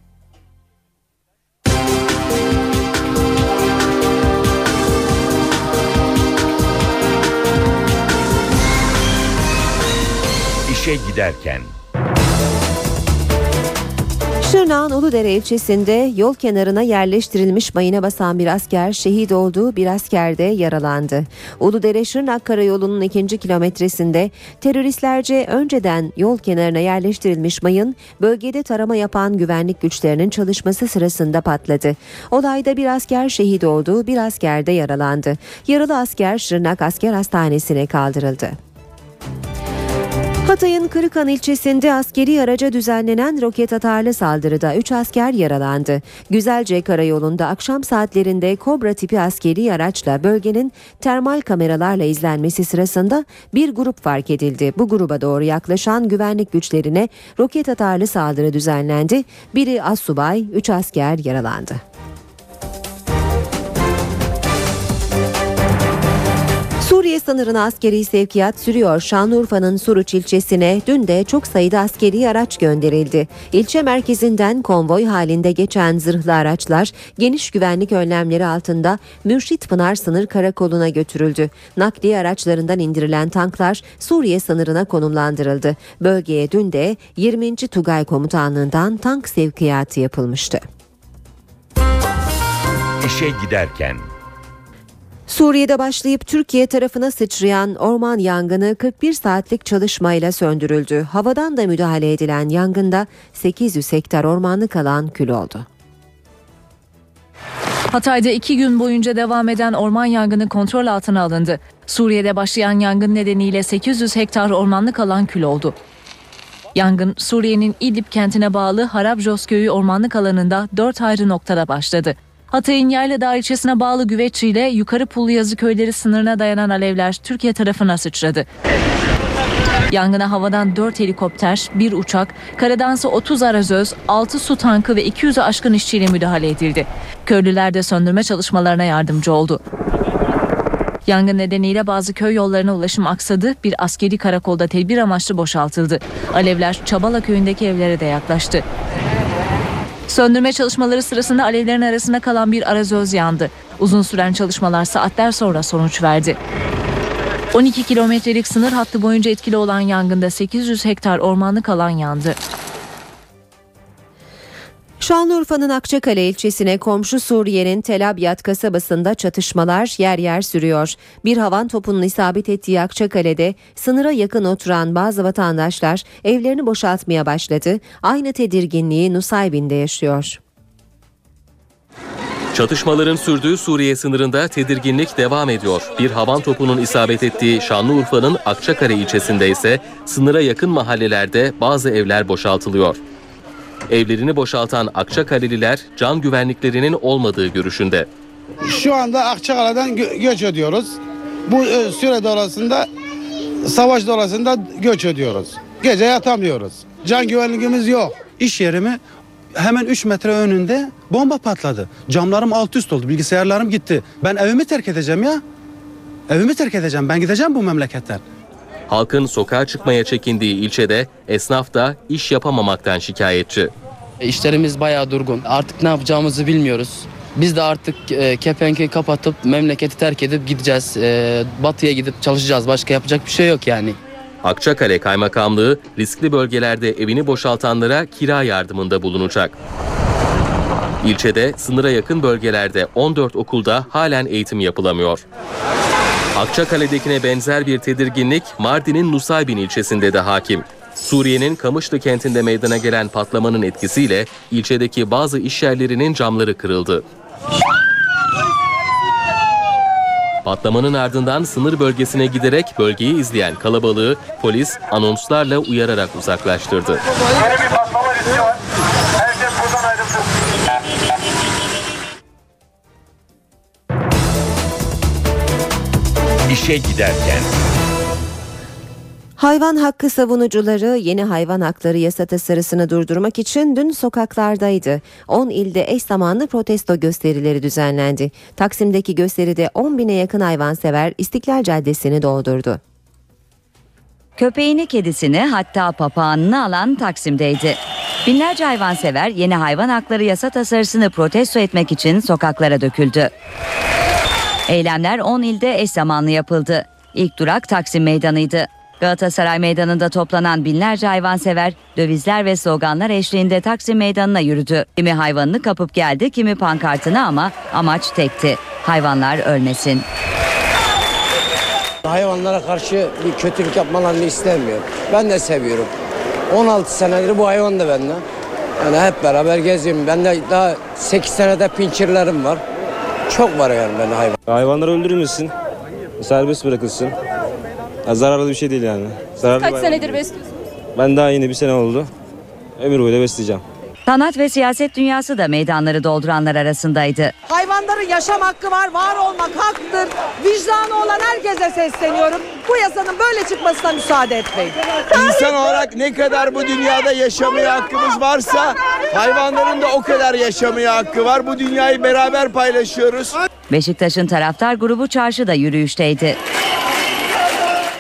İşe giderken. Şırnak'ın Uludere ilçesinde yol kenarına yerleştirilmiş mayına basan bir asker şehit oldu, bir asker de yaralandı. Uludere-Şırnak Karayolu'nun ikinci kilometresinde teröristlerce önceden yol kenarına yerleştirilmiş mayın bölgede tarama yapan güvenlik güçlerinin çalışması sırasında patladı. Olayda bir asker şehit oldu, bir asker de yaralandı. Yaralı asker Şırnak Asker Hastanesi'ne kaldırıldı. Hatay'ın Kırıkhan ilçesinde askeri araca düzenlenen roket atarlı saldırıda üç asker yaralandı. Güzelce Karayolu'nda akşam saatlerinde Kobra tipi askeri araçla bölgenin termal kameralarla izlenmesi sırasında bir grup fark edildi. Bu gruba doğru yaklaşan güvenlik güçlerine roket atarlı saldırı düzenlendi. Biri astsubay, üç asker yaralandı. Suriye sınırına askeri sevkiyat sürüyor. Şanlıurfa'nın Suruç ilçesine dün de çok sayıda askeri araç gönderildi. İlçe merkezinden konvoy halinde geçen zırhlı araçlar geniş güvenlik önlemleri altında Mürşitpınar Sınır Karakolu'na götürüldü. Nakliye araçlarından indirilen tanklar Suriye sınırına konumlandırıldı. Bölgeye dün de yirminci Tugay Komutanlığı'ndan tank sevkiyatı yapılmıştı. İşe giderken. Suriye'de başlayıp Türkiye tarafına sıçrayan orman yangını kırk bir saatlik çalışmayla söndürüldü. Havadan da müdahale edilen yangında sekiz yüz hektar ormanlık alan kül oldu. Hatay'da iki gün boyunca devam eden orman yangını kontrol altına alındı. Suriye'de başlayan yangın nedeniyle sekiz yüz hektar ormanlık alan kül oldu. Yangın Suriye'nin İdlib kentine bağlı Harabjos köyü ormanlık alanında dört ayrı noktada başladı. Hatay'ın Yayladağ ilçesine bağlı Güveççi ile Yukarı Pulluyazı köyleri sınırına dayanan alevler Türkiye tarafına sıçradı. Yangına havadan dört helikopter, bir uçak, karadansa otuz arazöz, altı su tankı ve iki yüzü aşkın işçiyle müdahale edildi. Köylüler de söndürme çalışmalarına yardımcı oldu. Yangın nedeniyle bazı köy yollarına ulaşım aksadı, bir askeri karakolda tedbir amaçlı boşaltıldı. Alevler Çabala köyündeki evlere de yaklaştı. Söndürme çalışmaları sırasında alevlerin arasında kalan bir arazöz yandı. Uzun süren çalışmalar saatler sonra sonuç verdi. on iki kilometrelik sınır hattı boyunca etkili olan yangında sekiz yüz hektar ormanlık alan yandı. Şanlıurfa'nın Akçakale ilçesine komşu Suriye'nin Tel Abyad kasabasında çatışmalar yer yer sürüyor. Bir havan topunun isabet ettiği Akçakale'de sınıra yakın oturan bazı vatandaşlar evlerini boşaltmaya başladı. Aynı tedirginliği Nusaybin'de yaşıyor. Çatışmaların sürdüğü Suriye sınırında tedirginlik devam ediyor. Bir havan topunun isabet ettiği Şanlıurfa'nın Akçakale ilçesinde ise sınıra yakın mahallelerde bazı evler boşaltılıyor. Evlerini boşaltan Akçakaleliler can güvenliklerinin olmadığı görüşünde. Şu anda Akçakale'den gö- göç ediyoruz. Bu e, süre dolayısında savaş dolayısında göç ediyoruz. Gece yatamıyoruz. Can güvenliğimiz yok. İş yerimi hemen üç metre önünde bomba patladı. Camlarım alt üst oldu. Bilgisayarlarım gitti. Ben evimi terk edeceğim ya. Evimi terk edeceğim. Ben gideceğim bu memleketten. Halkın sokağa çıkmaya çekindiği ilçede esnaf da iş yapamamaktan şikayetçi. İşlerimiz bayağı durgun. Artık ne yapacağımızı bilmiyoruz. Biz de artık e, kepenkeyi kapatıp memleketi terk edip gideceğiz. E, batıya gidip çalışacağız. Başka yapacak bir şey yok yani. Akçakale Kaymakamlığı riskli bölgelerde evini boşaltanlara kira yardımında bulunacak. İlçede sınıra yakın bölgelerde on dört okulda halen eğitim yapılamıyor. Akçakale'dekine benzer bir tedirginlik Mardin'in Nusaybin ilçesinde de hakim. Suriye'nin Kamışlı kentinde meydana gelen patlamanın etkisiyle ilçedeki bazı işyerlerinin camları kırıldı. Patlamanın ardından sınır bölgesine giderek bölgeyi izleyen kalabalığı polis anonslarla uyararak uzaklaştırdı. İşe giderken. Hayvan hakkı savunucuları yeni hayvan hakları yasa tasarısını durdurmak için dün sokaklardaydı. on ilde eş zamanlı protesto gösterileri düzenlendi. Taksim'deki gösteride on bine yakın hayvansever İstiklal Caddesi'ni doldurdu. Köpeğini, kedisini, hatta papağanını alan Taksim'deydi. Binlerce hayvansever yeni hayvan hakları yasa tasarısını protesto etmek için sokaklara döküldü. Eylemler on ilde eş zamanlı yapıldı. İlk durak Taksim Meydanı'ydı. Galatasaray Meydanı'nda toplanan binlerce hayvansever dövizler ve sloganlar eşliğinde Taksim Meydanı'na yürüdü. Kimi hayvanını kapıp geldi, kimi pankartını, ama amaç tekti: hayvanlar ölmesin. Hayvanlara karşı bir kötülük yapmalarını istemiyorum. Ben de seviyorum. on altı senedir bu hayvan da bende. Yani hep beraber geziyorum. Bende daha sekiz senede pinçirlerim var. Çok var yani bende hayvan. Hayvanlar öldürülmesin, serbest bırakılsın. Ya zararlı bir şey değil yani. Zararlı Kaç senedir besliyorsunuz? Ben daha yeni bir sene oldu. Ömür boyu da besleyeceğim. Sanat ve siyaset dünyası da meydanları dolduranlar arasındaydı. Hayvanların yaşam hakkı var, var olmak haktır. Vicdanı olan herkese sesleniyorum. Bu yasanın böyle çıkmasına müsaade etmeyin. İnsan olarak ne kadar bu dünyada yaşamaya hakkımız varsa hayvanların da o kadar yaşamaya hakkı var. Bu dünyayı beraber paylaşıyoruz. Beşiktaş'ın taraftar grubu çarşıda yürüyüşteydi.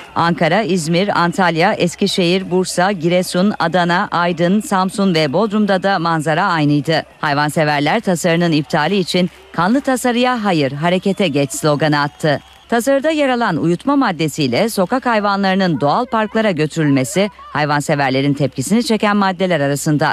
Ankara, İzmir, Antalya, Eskişehir, Bursa, Giresun, Adana, Aydın, Samsun ve Bodrum'da da manzara aynıydı. Hayvanseverler tasarının iptali için "Kanlı tasarıya hayır, harekete geç" sloganı attı. Tasarıda yer alan uyutma maddesiyle sokak hayvanlarının doğal parklara götürülmesi hayvanseverlerin tepkisini çeken maddeler arasında.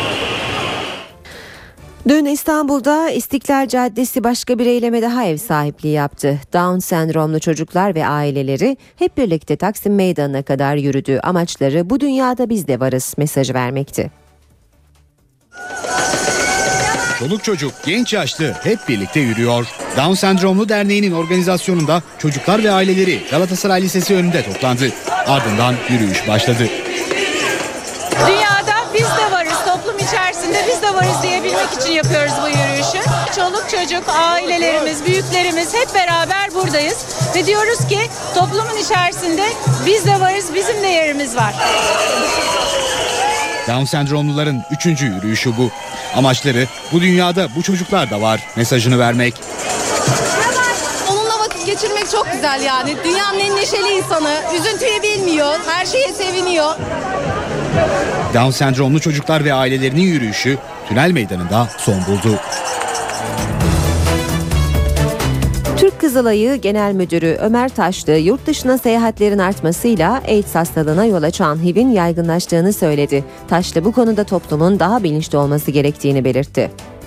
Dün İstanbul'da İstiklal Caddesi başka bir eyleme daha ev sahipliği yaptı. Down sendromlu çocuklar ve aileleri hep birlikte Taksim Meydanı'na kadar yürüdü. Amaçları "Bu dünyada biz de varız" mesajı vermekti. Çoluk çocuk, genç yaşlı hep birlikte yürüyor. Down Sendromlu Derneği'nin organizasyonunda çocuklar ve aileleri Galatasaray Lisesi önünde toplandı. Ardından yürüyüş başladı. Dünyada biz de varız, toplum içerisinde biz de varız diyebilmek için yapıyoruz bu yürüyüşü. Çoluk çocuk, ailelerimiz, büyüklerimiz hep beraber buradayız. Ve diyoruz ki toplumun içerisinde biz de varız, bizim de yerimiz var. Down sendromluların üçüncü yürüyüşü bu. Amaçları "Bu dünyada bu çocuklar da var" mesajını vermek. Onunla vakit geçirmek çok güzel yani. Dünyanın en neşeli insanı, üzüntüyü bilmiyor, her şeye seviniyor. Down sendromlu çocuklar ve ailelerinin yürüyüşü Tünel Meydanı'nda son buldu. Türk Kızılayı Genel Müdürü Ömer Taşlı, yurt dışına seyahatlerin artmasıyla AIDS hastalığına yol açan H I V'in yaygınlaştığını söyledi. Taşlı bu konuda toplumun daha bilinçli olması gerektiğini belirtti.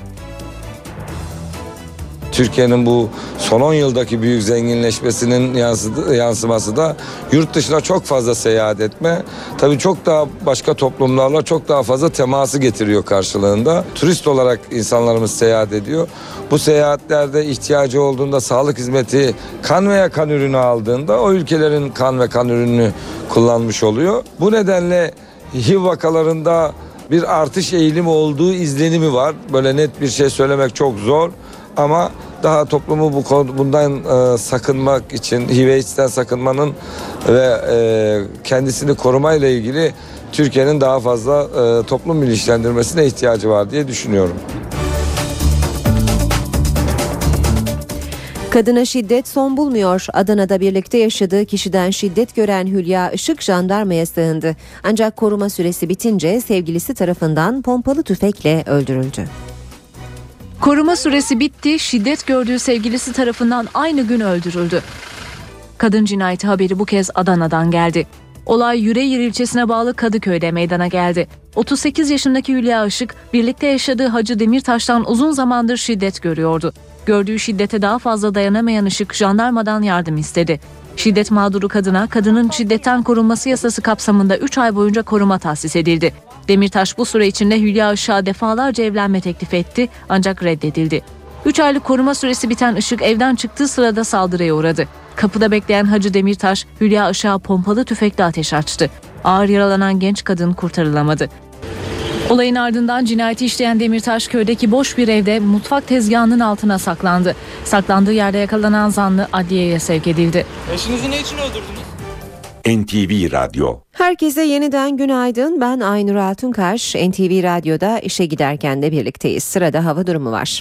Türkiye'nin bu son on yıldaki büyük zenginleşmesinin yansıması da yurt dışına çok fazla seyahat etme. Tabii çok daha başka toplumlarla çok daha fazla teması getiriyor karşılığında. Turist olarak insanlarımız seyahat ediyor. Bu seyahatlerde ihtiyacı olduğunda sağlık hizmeti, kan veya kan ürünü aldığında o ülkelerin kan ve kan ürününü kullanmış oluyor. Bu nedenle H I V vakalarında bir artış eğilimi olduğu izlenimi var. Böyle net bir şey söylemek çok zor. Ama daha toplumu bu bundan e, sakınmak için, H I V AIDS'ten sakınmanın ve e, kendisini korumayla ilgili Türkiye'nin daha fazla e, toplum bilinçlendirmesine ihtiyacı var diye düşünüyorum. Kadına şiddet son bulmuyor. Adana'da birlikte yaşadığı kişiden şiddet gören Hülya Işık jandarmaya sığındı. Ancak koruma süresi bitince sevgilisi tarafından pompalı tüfekle öldürüldü. Koruma süresi bitti, şiddet gördüğü sevgilisi tarafından aynı gün öldürüldü. Kadın cinayeti haberi bu kez Adana'dan geldi. Olay Yüreğir ilçesine bağlı Kadıköy'de meydana geldi. otuz sekiz yaşındaki Hülya Işık, birlikte yaşadığı Hacı Demirtaş'tan uzun zamandır şiddet görüyordu. Gördüğü şiddete daha fazla dayanamayan Işık jandarmadan yardım istedi. Şiddet mağduru kadına kadının şiddetten korunması yasası kapsamında üç ay boyunca koruma tahsis edildi. Demirtaş bu süre içinde Hülya Işık'a defalarca evlenme teklif etti ancak reddedildi. üç aylık koruma süresi biten Işık evden çıktığı sırada saldırıya uğradı. Kapıda bekleyen Hacı Demirtaş Hülya Işık'a pompalı tüfekle ateş açtı. Ağır yaralanan genç kadın kurtarılamadı. Olayın ardından cinayeti işleyen Demirtaş köydeki boş bir evde mutfak tezgahının altına saklandı. Saklandığı yerde yakalanan zanlı adliyeye sevk edildi. Eşinizi ne için öldürdünüz? N T V Radyo. Herkese yeniden günaydın. Ben Aynur Altunkaş. N T V Radyo'da işe giderken de birlikteyiz. Sırada hava durumu var.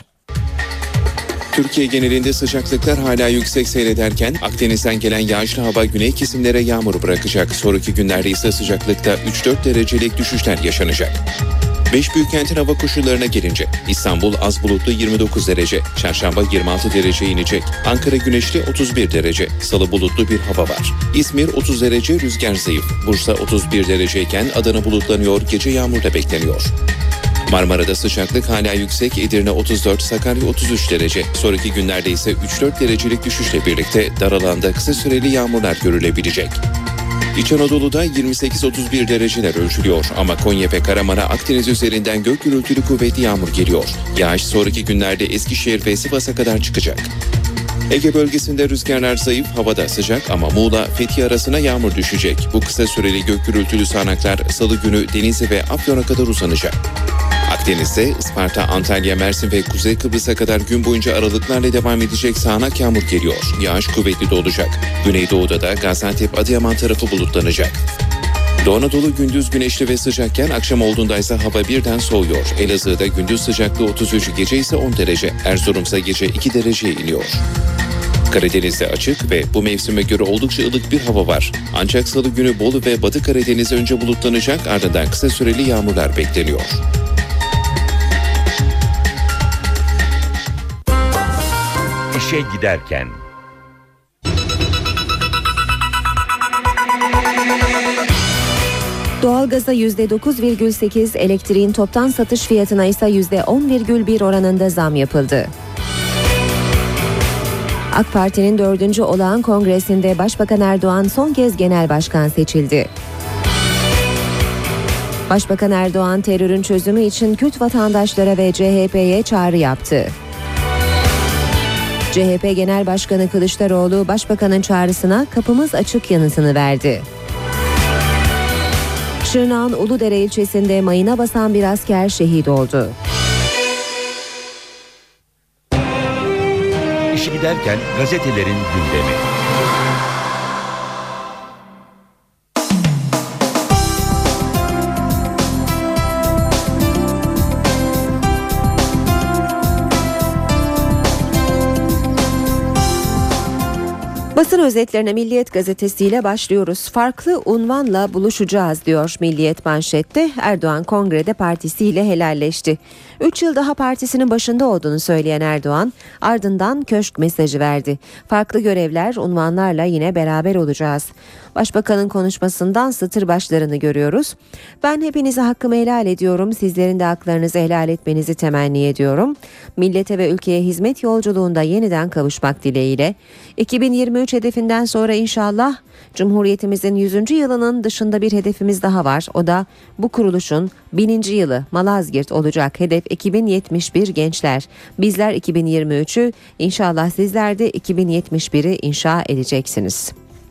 Türkiye genelinde sıcaklıklar hala yüksek seyrederken Akdeniz'den gelen yağışlı hava güney kesimlere yağmur bırakacak. Sonraki günlerde ise sıcaklıkta üç dört derecelik düşüşler yaşanacak. Beş büyük kentin hava koşullarına gelince İstanbul az bulutlu yirmi dokuz derece, Çarşamba yirmi altı derece inecek, Ankara güneşli otuz bir derece, Salı bulutlu bir hava var. İzmir otuz derece, rüzgar zayıf, Bursa otuz bir dereceyken Adana bulutlanıyor, gece yağmur da bekleniyor. Marmara'da sıcaklık hala yüksek, Edirne otuz dört, Sakarya otuz üç derece. Sonraki günlerde ise üç dört derecelik düşüşle birlikte dar alanda kısa süreli yağmurlar görülebilecek. İç Anadolu'da yirmi sekiz otuz bir dereceler ölçülüyor ama Konya ve Karamana Akdeniz üzerinden gök gürültülü kuvvetli yağmur geliyor. Yağış sonraki günlerde Eskişehir ve Sivas'a kadar çıkacak. Ege bölgesinde rüzgarlar zayıf, havada sıcak ama Muğla, Fethiye arasına yağmur düşecek. Bu kısa süreli gök gürültülü sağanaklar Salı günü Denizli ve Afyon'a kadar uzanacak. Akdeniz'de Isparta, Antalya, Mersin ve Kuzey Kıbrıs'a kadar gün boyunca aralıklarla devam edecek sağanak yağmur geliyor. Yağış kuvvetli de olacak. Güneydoğu'da da Gaziantep, Adıyaman tarafı bulutlanacak. Doğu Anadolu gündüz güneşli ve sıcakken akşam olduğunda ise hava birden soğuyor. Elazığ'da gündüz sıcaklığı otuz üç, gece ise on derece. Erzurum'sa gece iki dereceye iniyor. Karadeniz'de açık ve bu mevsime göre oldukça ılık bir hava var. Ancak salı günü Bolu ve Batı Karadeniz önce bulutlanacak, ardından kısa süreli yağmurlar bekleniyor. İşe giderken. Doğalgaza yüzde dokuz virgül sekiz, elektriğin toptan satış fiyatına ise yüzde on virgül bir oranında zam yapıldı. AK Parti'nin dördüncü olağan kongresinde Başbakan Erdoğan son kez genel başkan seçildi. Başbakan Erdoğan terörün çözümü için Kürt vatandaşlara ve C H P'ye çağrı yaptı. C H P Genel Başkanı Kılıçdaroğlu Başbakanın çağrısına kapımız açık yanıtını verdi. Şırnak'ın Uludere ilçesinde mayına basan bir asker şehit oldu. İşe giderken gazetelerin gündemi. Basın özetlerine Milliyet gazetesiyle başlıyoruz. Farklı unvanla buluşacağız diyor Milliyet manşette. Erdoğan kongrede partisiyle helalleşti. üç yıl daha partisinin başında olduğunu söyleyen Erdoğan ardından köşk mesajı verdi. Farklı görevler, unvanlarla yine beraber olacağız. Başbakanın konuşmasından satır başlarını görüyoruz. Ben hepinize hakkımı helal ediyorum. Sizlerin de haklarınızı helal etmenizi temenni ediyorum. Millete ve ülkeye hizmet yolculuğunda yeniden kavuşmak dileğiyle. iki bin yirmi üç hedefinden sonra inşallah Cumhuriyetimizin yüzüncü yılının dışında bir hedefimiz daha var. O da bu kuruluşun bininci yılı Malazgirt olacak. Hedef iki bin yetmiş bir gençler. Bizler iki bin yirmi üçü, inşallah sizler de iki bin yetmiş biri inşa edeceksiniz.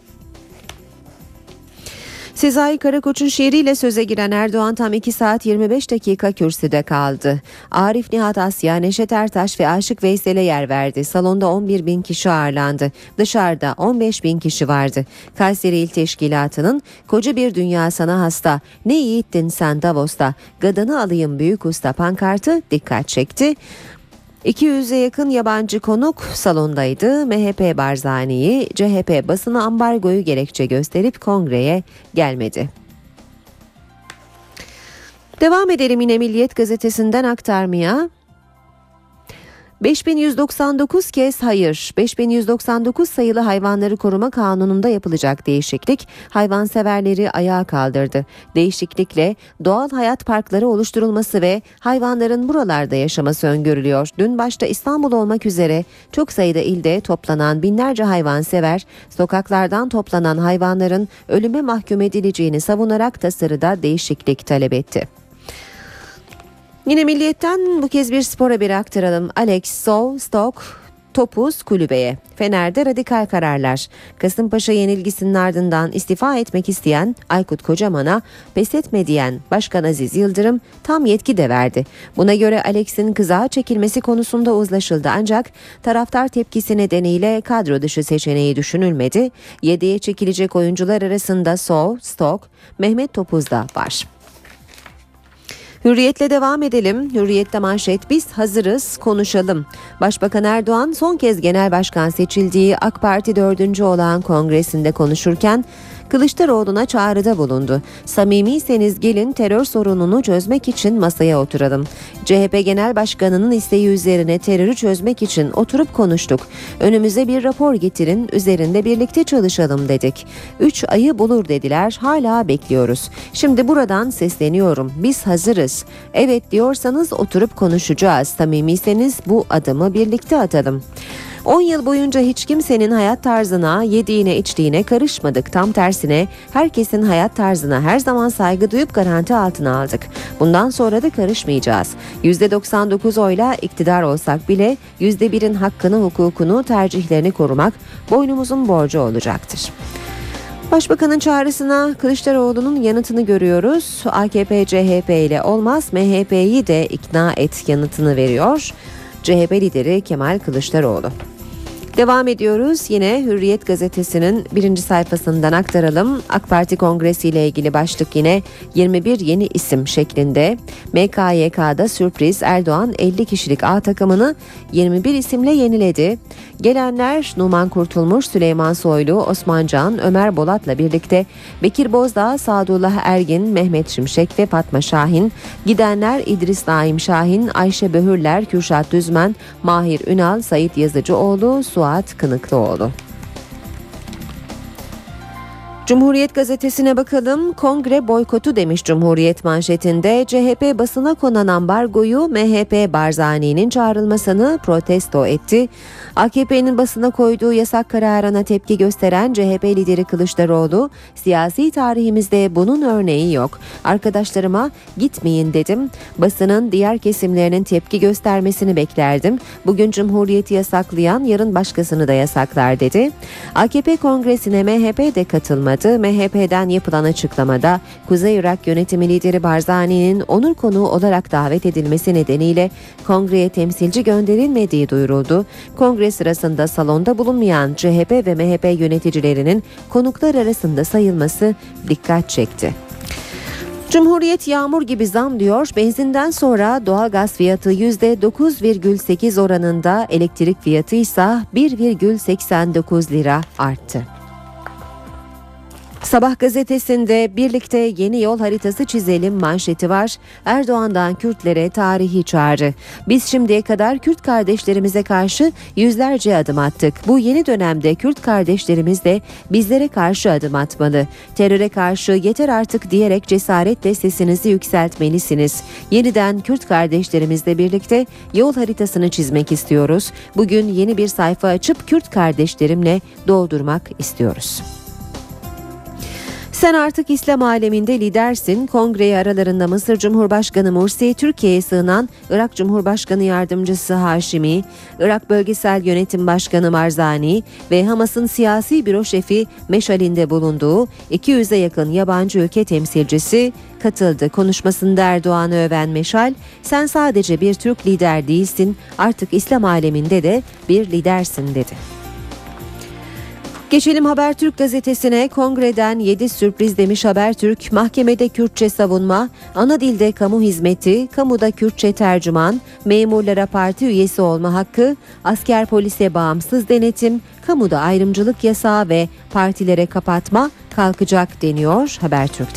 Sezai Karakoç'un şiiriyle söze giren Erdoğan tam iki saat yirmi beş dakika kürsüde kaldı. Arif Nihat Asya, Neşet Ertaş ve Aşık Veysel'e yer verdi. Salonda on bir bin kişi ağırlandı. Dışarıda on beş bin kişi vardı. Kayseri İl Teşkilatı'nın "Koca bir dünya sana hasta, ne yiğittin sen Davos'ta, gadını alayım büyük usta" pankartı dikkat çekti. iki yüze yakın yabancı konuk salondaydı. M H P Barzani'yi, C H P basına ambargoyu gerekçe gösterip kongreye gelmedi. Devam edelim yine Milliyet gazetesinden aktarmaya. beş bin yüz doksan dokuz kez hayır. beş bin yüz doksan dokuz sayılı Hayvanları Koruma Kanunu'nda yapılacak değişiklik hayvanseverleri ayağa kaldırdı. Değişiklikle doğal hayat parkları oluşturulması ve hayvanların buralarda yaşaması öngörülüyor. Dün başta İstanbul olmak üzere çok sayıda ilde toplanan binlerce hayvansever sokaklardan toplanan hayvanların ölüme mahkum edileceğini savunarak tasarıda değişiklik talep etti. Yine Milliyet'ten bu kez bir spor haberi aktaralım. Alex Sou-Stok topuz kulübeye. Fener'de radikal kararlar. Kasımpaşa yenilgisinin ardından istifa etmek isteyen Aykut Kocaman'a pes etme diyen Başkan Aziz Yıldırım tam yetki de verdi. Buna göre Alex'in kızağa çekilmesi konusunda uzlaşıldı ancak taraftar tepkisi nedeniyle kadro dışı seçeneği düşünülmedi. Yedeğe çekilecek oyuncular arasında Sou-Stok, Mehmet Topuz da var. Hürriyetle devam edelim. Hürriyette manşet biz hazırız konuşalım. Başbakan Erdoğan son kez genel başkan seçildiği AK Parti dördüncü olağan kongresinde konuşurken Kılıçdaroğlu'na çağrıda bulundu. Samimiyseniz gelin terör sorununu çözmek için masaya oturalım. C H P Genel Başkanı'nın isteği üzerine terörü çözmek için oturup konuştuk. Önümüze bir rapor getirin, üzerinde birlikte çalışalım dedik. Üç ayı bulur dediler, hala bekliyoruz. Şimdi buradan sesleniyorum, biz hazırız. Evet diyorsanız oturup konuşacağız. Samimiyseniz bu adımı birlikte atalım. on yıl boyunca hiç kimsenin hayat tarzına, yediğine, içtiğine karışmadık. Tam tersine herkesin hayat tarzına her zaman saygı duyup garanti altına aldık. Bundan sonra da karışmayacağız. yüzde doksan dokuz oyla iktidar olsak bile yüzde birin hakkını, hukukunu, tercihlerini korumak boynumuzun borcu olacaktır. Başbakanın çağrısına Kılıçdaroğlu'nun yanıtını görüyoruz. A K P C H P ile olmaz, M H P'yi de ikna et yanıtını veriyor C H P lideri Kemal Kılıçdaroğlu. Devam ediyoruz. Yine Hürriyet gazetesinin birinci sayfasından aktaralım. AK Parti Kongresi ile ilgili başlık yine yirmi bir yeni isim şeklinde. M K Y K'da sürpriz, Erdoğan elli kişilik A takımını yirmi bir isimle yeniledi. Gelenler Numan Kurtulmuş, Süleyman Soylu, Osman Can, Ömer Bolat'la birlikte Bekir Bozdağ, Sadullah Ergin, Mehmet Şimşek ve Fatma Şahin. Gidenler İdris Naim Şahin, Ayşe Böhürler, Kürşat Düzmen, Mahir Ünal, Sait Yazıcıoğlu, Suat Kınıklıoğlu. Cumhuriyet gazetesine bakalım. Kongre boykotu demiş Cumhuriyet manşetinde. C H P basına konan ambargoyu M H P Barzani'nin çağrılmasını protesto etti. A K P'nin basına koyduğu yasak kararına tepki gösteren C H P lideri Kılıçdaroğlu, siyasi tarihimizde bunun örneği yok. Arkadaşlarıma gitmeyin dedim. Basının diğer kesimlerinin tepki göstermesini beklerdim. Bugün Cumhuriyeti yasaklayan yarın başkasını da yasaklar dedi. A K P kongresine M H P de katılmadı. M H P'den yapılan açıklamada Kuzey Irak Yönetimi Lideri Barzani'nin onur konuğu olarak davet edilmesi nedeniyle kongreye temsilci gönderilmediği duyuruldu. Kongre sırasında salonda bulunmayan C H P ve M H P yöneticilerinin konuklar arasında sayılması dikkat çekti. Cumhuriyet yağmur gibi zam diyor. Benzinden sonra doğalgaz fiyatı yüzde dokuz virgül sekiz oranında, elektrik fiyatı ise bir virgül seksen dokuz lira arttı. Sabah gazetesinde birlikte yeni yol haritası çizelim manşeti var. Erdoğan'dan Kürtlere tarihi çağrı. Biz şimdiye kadar Kürt kardeşlerimize karşı yüzlerce adım attık. Bu yeni dönemde Kürt kardeşlerimiz de bizlere karşı adım atmalı. Teröre karşı yeter artık diyerek cesaretle sesinizi yükseltmelisiniz. Yeniden Kürt kardeşlerimizle birlikte yol haritasını çizmek istiyoruz. Bugün yeni bir sayfa açıp Kürt kardeşlerimle doldurmak istiyoruz. Sen artık İslam aleminde lidersin. Kongreyi aralarında Mısır Cumhurbaşkanı Mursi, Türkiye'ye sığınan Irak Cumhurbaşkanı Yardımcısı Haşimi, Irak Bölgesel Yönetim Başkanı Marzani ve Hamas'ın siyasi büro şefi Meşal'in bulunduğu iki yüze yakın yabancı ülke temsilcisi katıldı. Konuşmasında Erdoğan'ı öven Meşal, sen sadece bir Türk lider değilsin, artık İslam aleminde de bir lidersin dedi. Geçelim Habertürk gazetesine. Kongreden yedi sürpriz demiş Habertürk. Mahkemede Kürtçe savunma, ana dilde kamu hizmeti, kamuda Kürtçe tercüman, memurlara parti üyesi olma hakkı, asker polise bağımsız denetim, kamuda ayrımcılık yasağı ve partilere kapatma kalkacak deniyor Habertürk'te.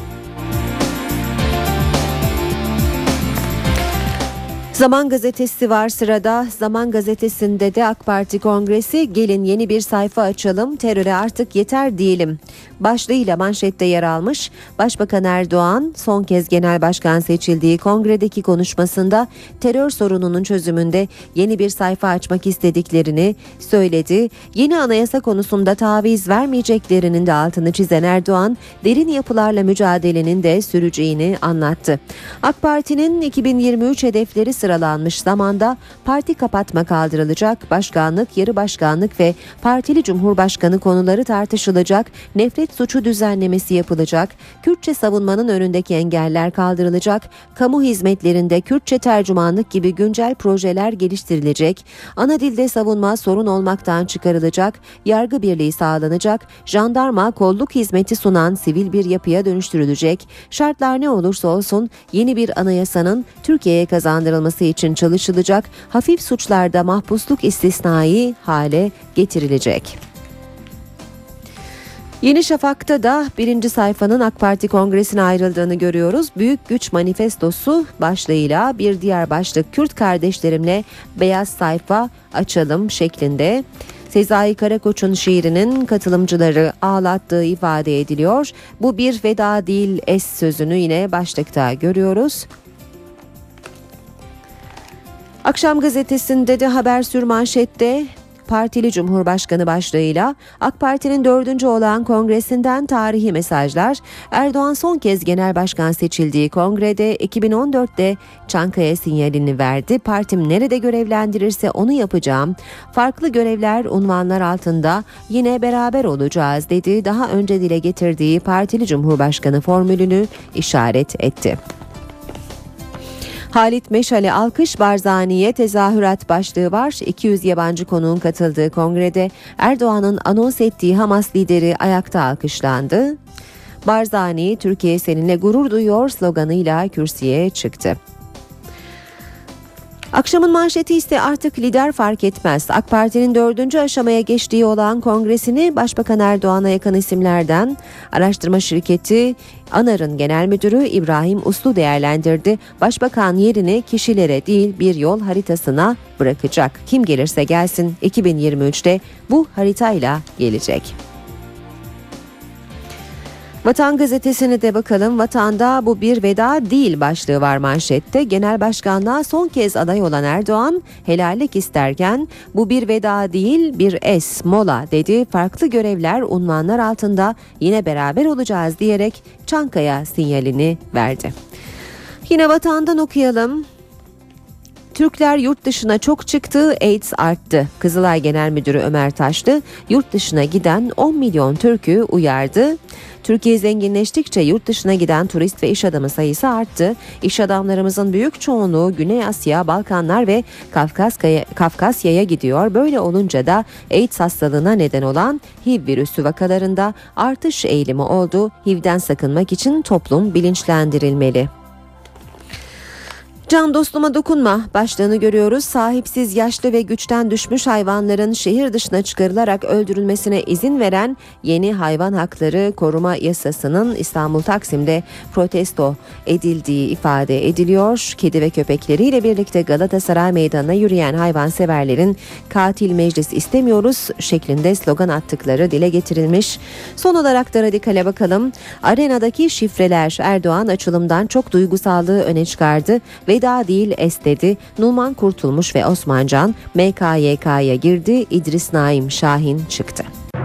Zaman gazetesi var sırada. Zaman gazetesinde de AK Parti Kongresi gelin yeni bir sayfa açalım, teröre artık yeter diyelim başlığıyla manşette yer almış. Başbakan Erdoğan son kez genel başkan seçildiği kongredeki konuşmasında terör sorununun çözümünde yeni bir sayfa açmak istediklerini söyledi. Yeni anayasa konusunda taviz vermeyeceklerinin de altını çizen Erdoğan, derin yapılarla mücadelenin de süreceğini anlattı. AK Parti'nin iki bin yirmi üç hedefleri sıralanmış zamanda parti kapatma kaldırılacak, başkanlık, yarı başkanlık ve partili cumhurbaşkanı konuları tartışılacak, nefret suçu düzenlemesi yapılacak, Kürtçe savunmanın önündeki engeller kaldırılacak, kamu hizmetlerinde Kürtçe tercümanlık gibi güncel projeler geliştirilecek, ana dilde savunma sorun olmaktan çıkarılacak, yargı birliği sağlanacak, jandarma kolluk hizmeti sunan sivil bir yapıya dönüştürülecek, şartlar ne olursa olsun yeni bir anayasanın Türkiye'ye kazandırılması için çalışılacak, hafif suçlarda mahpusluk istisnai hale getirilecek. Yeni Şafak'ta da birinci sayfanın AK Parti Kongresi'ne ayrıldığını görüyoruz. Büyük Güç Manifestosu başlığıyla bir diğer başlık Kürt kardeşlerimle beyaz sayfa açalım şeklinde. Sezai Karakoç'un şiirinin katılımcıları ağlattığı ifade ediliyor. Bu bir veda değil es sözünü yine başlıkta görüyoruz. Akşam gazetesinde de haber sür manşette partili cumhurbaşkanı başlığıyla AK Parti'nin dördüncü olan kongresinden tarihi mesajlar. Erdoğan son kez genel başkan seçildiği kongrede iki bin on dörtte Çankaya sinyalini verdi. Partim nerede görevlendirirse onu yapacağım. Farklı görevler, unvanlar altında yine beraber olacağız dedi. Daha önce dile getirdiği partili cumhurbaşkanı formülünü işaret etti. Halit Meşale alkış Barzani'ye tezahürat başlığı var. iki yüz yabancı konuğun katıldığı kongrede Erdoğan'ın anons ettiği Hamas lideri ayakta alkışlandı. Barzani, Türkiye seninle gurur duyuyor sloganıyla kürsüye çıktı. Akşamın manşeti ise artık lider fark etmez. AK Parti'nin dördüncü aşamaya geçtiği olan kongresini Başbakan Erdoğan'a yakın isimlerden araştırma şirketi ANAR'ın genel müdürü İbrahim Uslu değerlendirdi. Başbakan yerini kişilere değil bir yol haritasına bırakacak. Kim gelirse gelsin iki bin yirmi üçte bu haritayla gelecek. Vatan gazetesine de bakalım. Vatanda bu bir veda değil başlığı var manşette. Genel başkanlığa son kez aday olan Erdoğan helallik isterken bu bir veda değil bir es mola dedi. Farklı görevler unvanlar altında yine beraber olacağız diyerek Çankaya sinyalini verdi. Yine Vatan'dan okuyalım. Türkler yurt dışına çok çıktı, AIDS arttı. Kızılay Genel Müdürü Ömer Taşlı yurt dışına giden on milyon Türk'ü uyardı. Türkiye zenginleştikçe yurt dışına giden turist ve iş adamı sayısı arttı. İş adamlarımızın büyük çoğunluğu Güney Asya, Balkanlar ve Kafkasya'ya, Kafkasya'ya gidiyor. Böyle olunca da AIDS hastalığına neden olan H I V virüsü vakalarında artış eğilimi oldu. H I V'den sakınmak için toplum bilinçlendirilmeli. Can dostuma dokunma başlığını görüyoruz. Sahipsiz, yaşlı ve güçten düşmüş hayvanların şehir dışına çıkarılarak öldürülmesine izin veren yeni hayvan hakları koruma yasasının İstanbul Taksim'de protesto edildiği ifade ediliyor. Kedi ve köpekleriyle birlikte Galatasaray Meydanı'na yürüyen hayvanseverlerin katil meclis istemiyoruz şeklinde slogan attıkları dile getirilmiş. Son olarak da Radikal'e bakalım. Arenadaki şifreler Erdoğan açılımdan çok duygusallığı öne çıkardı. Veda değil es dedi. Numan Kurtulmuş ve Osmancan M K Y K'ya girdi. İdris Naim Şahin çıktı.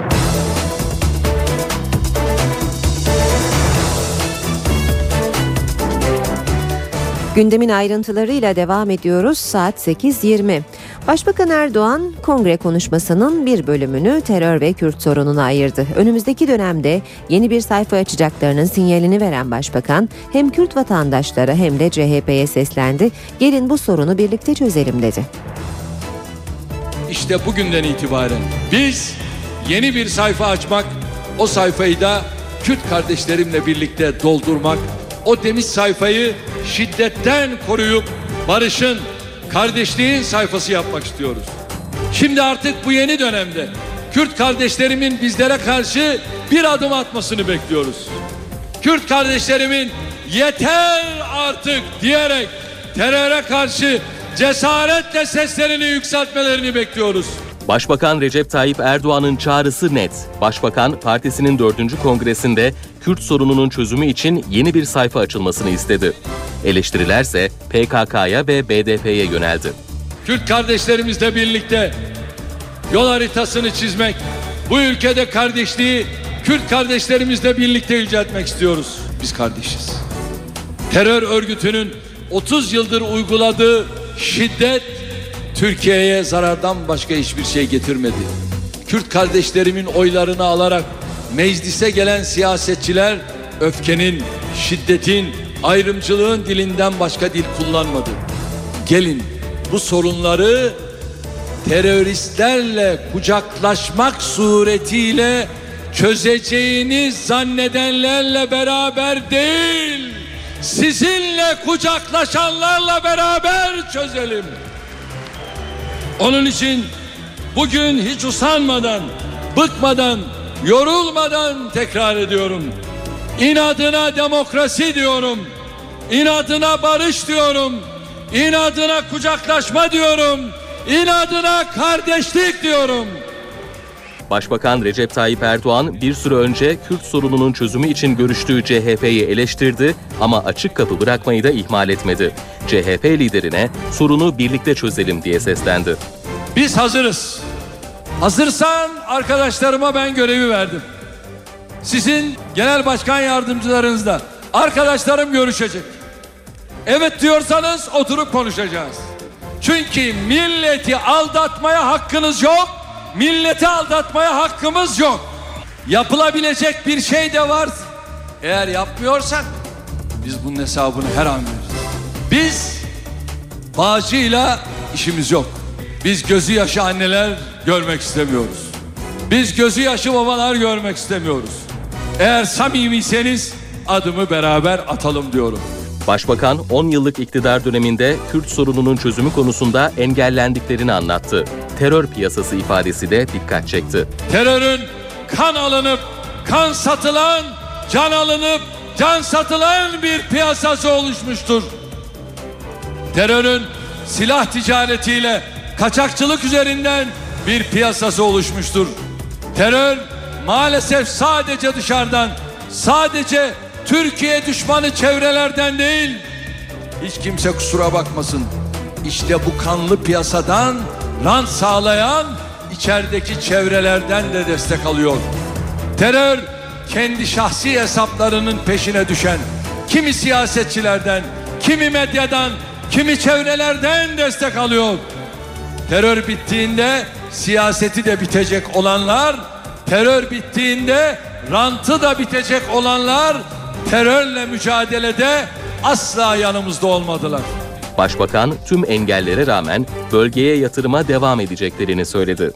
Gündemin ayrıntılarıyla devam ediyoruz. Saat sekiz yirmi. Başbakan Erdoğan kongre konuşmasının bir bölümünü terör ve Kürt sorununa ayırdı. Önümüzdeki dönemde yeni bir sayfa açacaklarının sinyalini veren Başbakan hem Kürt vatandaşlara hem de C H P'ye seslendi. Gelin bu sorunu birlikte çözelim dedi. İşte bugünden itibaren biz yeni bir sayfa açmak, o sayfayı da Kürt kardeşlerimle birlikte doldurmak, o temiz sayfayı şiddetten koruyup barışın, kardeşliğin sayfası yapmak istiyoruz. Şimdi artık bu yeni dönemde Kürt kardeşlerimin bizlere karşı bir adım atmasını bekliyoruz. Kürt kardeşlerimin yeter artık diyerek teröre karşı cesaretle seslerini yükseltmelerini bekliyoruz. Başbakan Recep Tayyip Erdoğan'ın çağrısı net. Başbakan partisinin dördüncü kongresinde Kürt sorununun çözümü için yeni bir sayfa açılmasını istedi. Eleştirilerse P K K'ya ve B D P'ye yöneldi. Kürt kardeşlerimizle birlikte yol haritasını çizmek, bu ülkede kardeşliği Kürt kardeşlerimizle birlikte yüceltmek istiyoruz. Biz kardeşiz. Terör örgütünün otuz yıldır uyguladığı şiddet Türkiye'ye zarardan başka hiçbir şey getirmedi. Kürt kardeşlerimin oylarını alarak meclise gelen siyasetçiler öfkenin, şiddetin, ayrımcılığın dilinden başka dil kullanmadı. Gelin bu sorunları teröristlerle kucaklaşmak suretiyle çözeceğiniz zannedenlerle beraber değil, sizinle kucaklaşanlarla beraber çözelim. Onun için bugün hiç usanmadan, bıkmadan, yorulmadan tekrar ediyorum. İnadına demokrasi diyorum. İnadına barış diyorum. İnadına kucaklaşma diyorum. İnadına kardeşlik diyorum. Başbakan Recep Tayyip Erdoğan bir süre önce Kürt sorununun çözümü için görüştüğü C H P'yi eleştirdi ama açık kapı bırakmayı da ihmal etmedi. C H P liderine sorunu birlikte çözelim diye seslendi. Biz hazırız. Hazırsan arkadaşlarıma ben görevi verdim. Sizin genel başkan yardımcılarınızla arkadaşlarım görüşecek. Evet diyorsanız oturup konuşacağız. Çünkü milleti aldatmaya hakkınız yok. Milleti aldatmaya hakkımız yok. Yapılabilecek bir şey de var. Eğer yapmıyorsak biz bunun hesabını her an veririz. Biz Bağcıyla işimiz yok. Biz gözü yaşı anneler görmek istemiyoruz. Biz gözü yaşı babalar görmek istemiyoruz. Eğer samimiyseniz adımı beraber atalım diyorum. Başbakan on yıllık iktidar döneminde Kürt sorununun çözümü konusunda engellendiklerini anlattı. Terör piyasası ifadesi de dikkat çekti. Terörün kan alınıp kan satılan, can alınıp can satılan bir piyasası oluşmuştur. Terörün silah ticaretiyle kaçakçılık üzerinden bir piyasası oluşmuştur. Terör maalesef sadece dışarıdan, sadece Türkiye düşmanı çevrelerden değil, hiç kimse kusura bakmasın, İşte bu kanlı piyasadan rant sağlayan içerideki çevrelerden de destek alıyor. Terör kendi şahsi hesaplarının peşine düşen kimi siyasetçilerden, kimi medyadan, kimi çevrelerden destek alıyor. Terör bittiğinde siyaseti de bitecek olanlar, terör bittiğinde rantı da bitecek olanlar terörle mücadelede asla yanımızda olmadılar. Başbakan tüm engellere rağmen bölgeye yatırıma devam edeceklerini söyledi.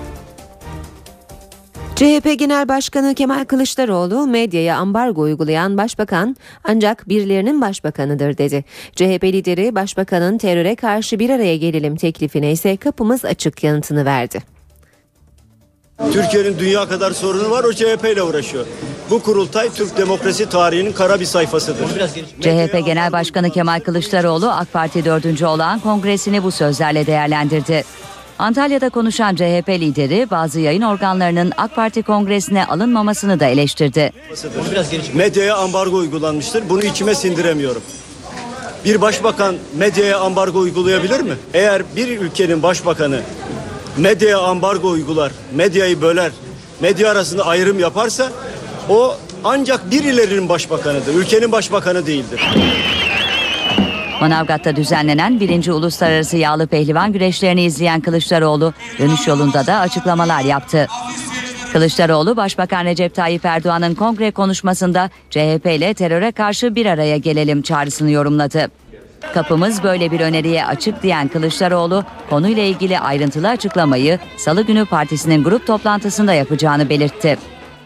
C H P Genel Başkanı Kemal Kılıçdaroğlu medyaya ambargo uygulayan başbakan ancak birilerinin başbakanıdır dedi. C H P lideri başbakanın teröre karşı bir araya gelelim teklifine ise kapımız açık yanıtını verdi. Türkiye'nin dünya kadar sorunu var, o C H P ile uğraşıyor. Bu kurultay Türk demokrasi tarihinin kara bir sayfasıdır. C H P Genel Başkanı Kemal Kılıçdaroğlu AK Parti dördüncü olağan kongresini bu sözlerle değerlendirdi. Antalya'da konuşan C H P lideri bazı yayın organlarının AK Parti kongresine alınmamasını da eleştirdi. Medyaya ambargo uygulanmıştır. Bunu içime sindiremiyorum. Bir başbakan medyaya ambargo uygulayabilir mi? Eğer bir ülkenin başbakanı medyaya ambargo uygular, medyayı böler, medya arasında ayrım yaparsa o ancak birilerinin başbakanıdır. Ülkenin başbakanı değildir. Manavgat'ta düzenlenen birinci Uluslararası Yağlı Pehlivan güreşlerini izleyen Kılıçdaroğlu dönüş yolunda da açıklamalar yaptı. Kılıçdaroğlu, Başbakan Recep Tayyip Erdoğan'ın kongre konuşmasında C H P ile teröre karşı bir araya gelelim çağrısını yorumladı. Kapımız böyle bir öneriye açık diyen Kılıçdaroğlu, konuyla ilgili ayrıntılı açıklamayı Salı günü partisinin grup toplantısında yapacağını belirtti.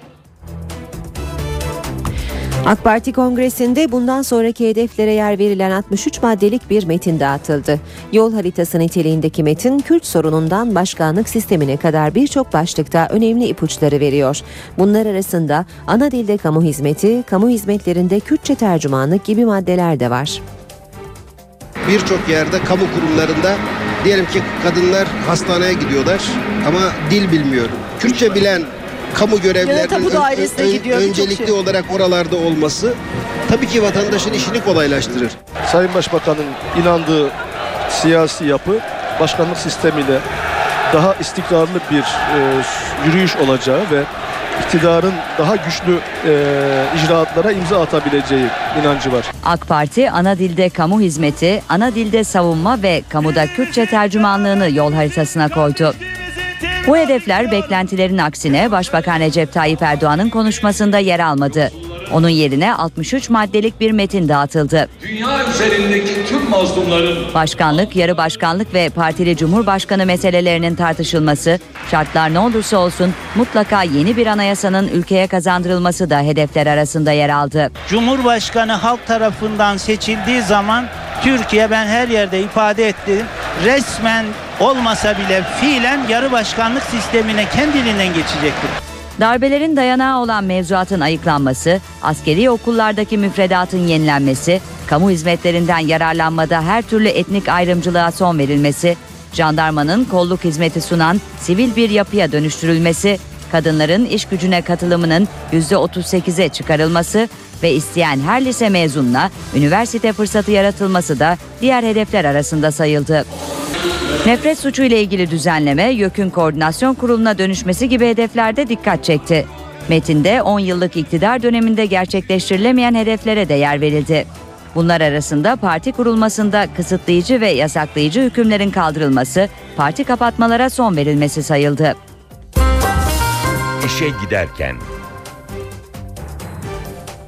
AK Parti Kongresi'nde bundan sonraki hedeflere yer verilen altmış üç maddelik bir metin dağıtıldı. Yol haritası niteliğindeki metin, Kürt sorunundan başkanlık sistemine kadar birçok başlıkta önemli ipuçları veriyor. Bunlar arasında ana dilde kamu hizmeti, kamu hizmetlerinde Kürtçe tercümanlık gibi maddeler de var. Birçok yerde kamu kurumlarında diyelim ki kadınlar hastaneye gidiyorlar ama dil bilmiyor. Kürtçe bilen kamu görevlilerinin ön, ön, gidiyor, öncelikli olarak oralarda olması tabii ki vatandaşın işini kolaylaştırır. Sayın Başbakan'ın inandığı siyasi yapı başkanlık sistemiyle daha istikrarlı bir e, yürüyüş olacağı ve iktidarın daha güçlü e, icraatlara imza atabileceği inancı var. AK Parti ana dilde kamu hizmeti, ana dilde savunma ve kamuda Kürtçe tercümanlığını yol haritasına koydu. Bu hedefler beklentilerin aksine Başbakan Recep Tayyip Erdoğan'ın konuşmasında yer almadı. Onun yerine altmış üç maddelik bir metin dağıtıldı. Dünya üzerindeki tüm mazlumların başkanlık, yarı başkanlık ve partili cumhurbaşkanı meselelerinin tartışılması, şartlar ne olursa olsun mutlaka yeni bir anayasanın ülkeye kazandırılması da hedefler arasında yer aldı. Cumhurbaşkanı halk tarafından seçildiği zaman Türkiye, ben her yerde ifade ettim, resmen olmasa bile fiilen yarı başkanlık sistemine kendiliğinden geçecektir. Darbelerin dayanağı olan mevzuatın ayıklanması, askeri okullardaki müfredatın yenilenmesi, kamu hizmetlerinden yararlanmada her türlü etnik ayrımcılığa son verilmesi, jandarmanın kolluk hizmeti sunan sivil bir yapıya dönüştürülmesi, kadınların iş gücüne katılımının yüzde otuz sekize çıkarılması ve isteyen her lise mezununa üniversite fırsatı yaratılması da diğer hedefler arasında sayıldı. Nefret suçu ile ilgili düzenleme, YÖK'ün koordinasyon kuruluna dönüşmesi gibi hedeflerde dikkat çekti. Metinde on yıllık iktidar döneminde gerçekleştirilemeyen hedeflere de yer verildi. Bunlar arasında parti kurulmasında kısıtlayıcı ve yasaklayıcı hükümlerin kaldırılması, parti kapatmalara son verilmesi sayıldı. İşe giderken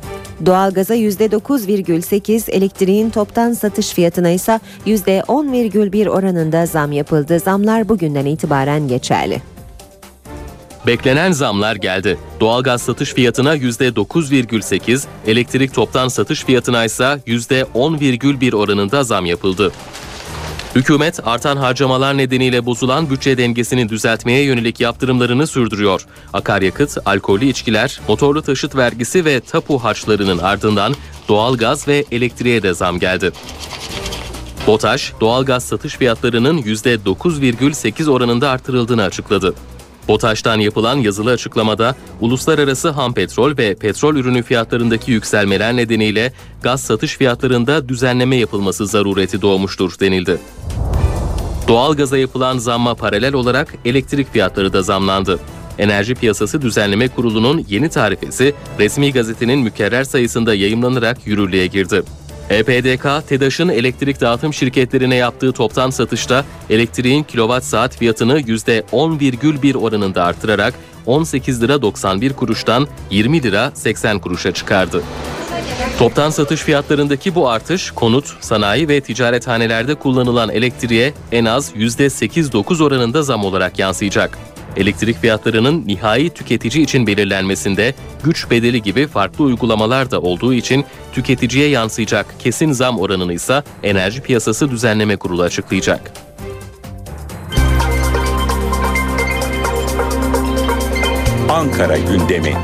Doğalgaza yüzde dokuz virgül sekiz, elektriğin toptan satış fiyatına ise yüzde on virgül bir oranında zam yapıldı. Zamlar bugünden itibaren geçerli. Beklenen zamlar geldi. Doğalgaz satış fiyatına yüzde dokuz virgül sekiz, elektrik toptan satış fiyatına ise yüzde on virgül bir oranında zam yapıldı. Hükümet artan harcamalar nedeniyle bozulan bütçe dengesini düzeltmeye yönelik yaptırımlarını sürdürüyor. Akaryakıt, alkollü içkiler, motorlu taşıt vergisi ve tapu harçlarının ardından doğalgaz ve elektriğe de zam geldi. BOTAŞ, doğalgaz satış fiyatlarının yüzde dokuz virgül sekiz oranında artırıldığını açıkladı. BOTAŞ'tan yapılan yazılı açıklamada uluslararası ham petrol ve petrol ürünü fiyatlarındaki yükselmeler nedeniyle gaz satış fiyatlarında düzenleme yapılması zarureti doğmuştur denildi. Doğalgaza yapılan zamma paralel olarak elektrik fiyatları da zamlandı. Enerji Piyasası Düzenleme Kurulu'nun yeni tarifesi resmi gazetenin mükerrer sayısında yayımlanarak yürürlüğe girdi. E P D K, TEDAŞ'ın elektrik dağıtım şirketlerine yaptığı toptan satışta elektriğin kilowatt saat fiyatını yüzde on virgül bir oranında artırarak on sekiz lira doksan bir kuruştan yirmi lira seksen kuruşa çıkardı. Toptan satış fiyatlarındaki bu artış, konut, sanayi ve ticarethanelerde kullanılan elektriğe en az yüzde sekiz dokuz oranında zam olarak yansıyacak. Elektrik fiyatlarının nihai tüketici için belirlenmesinde güç bedeli gibi farklı uygulamalar da olduğu için tüketiciye yansıyacak kesin zam oranını ise Enerji Piyasası Düzenleme Kurulu açıklayacak. Ankara gündemi.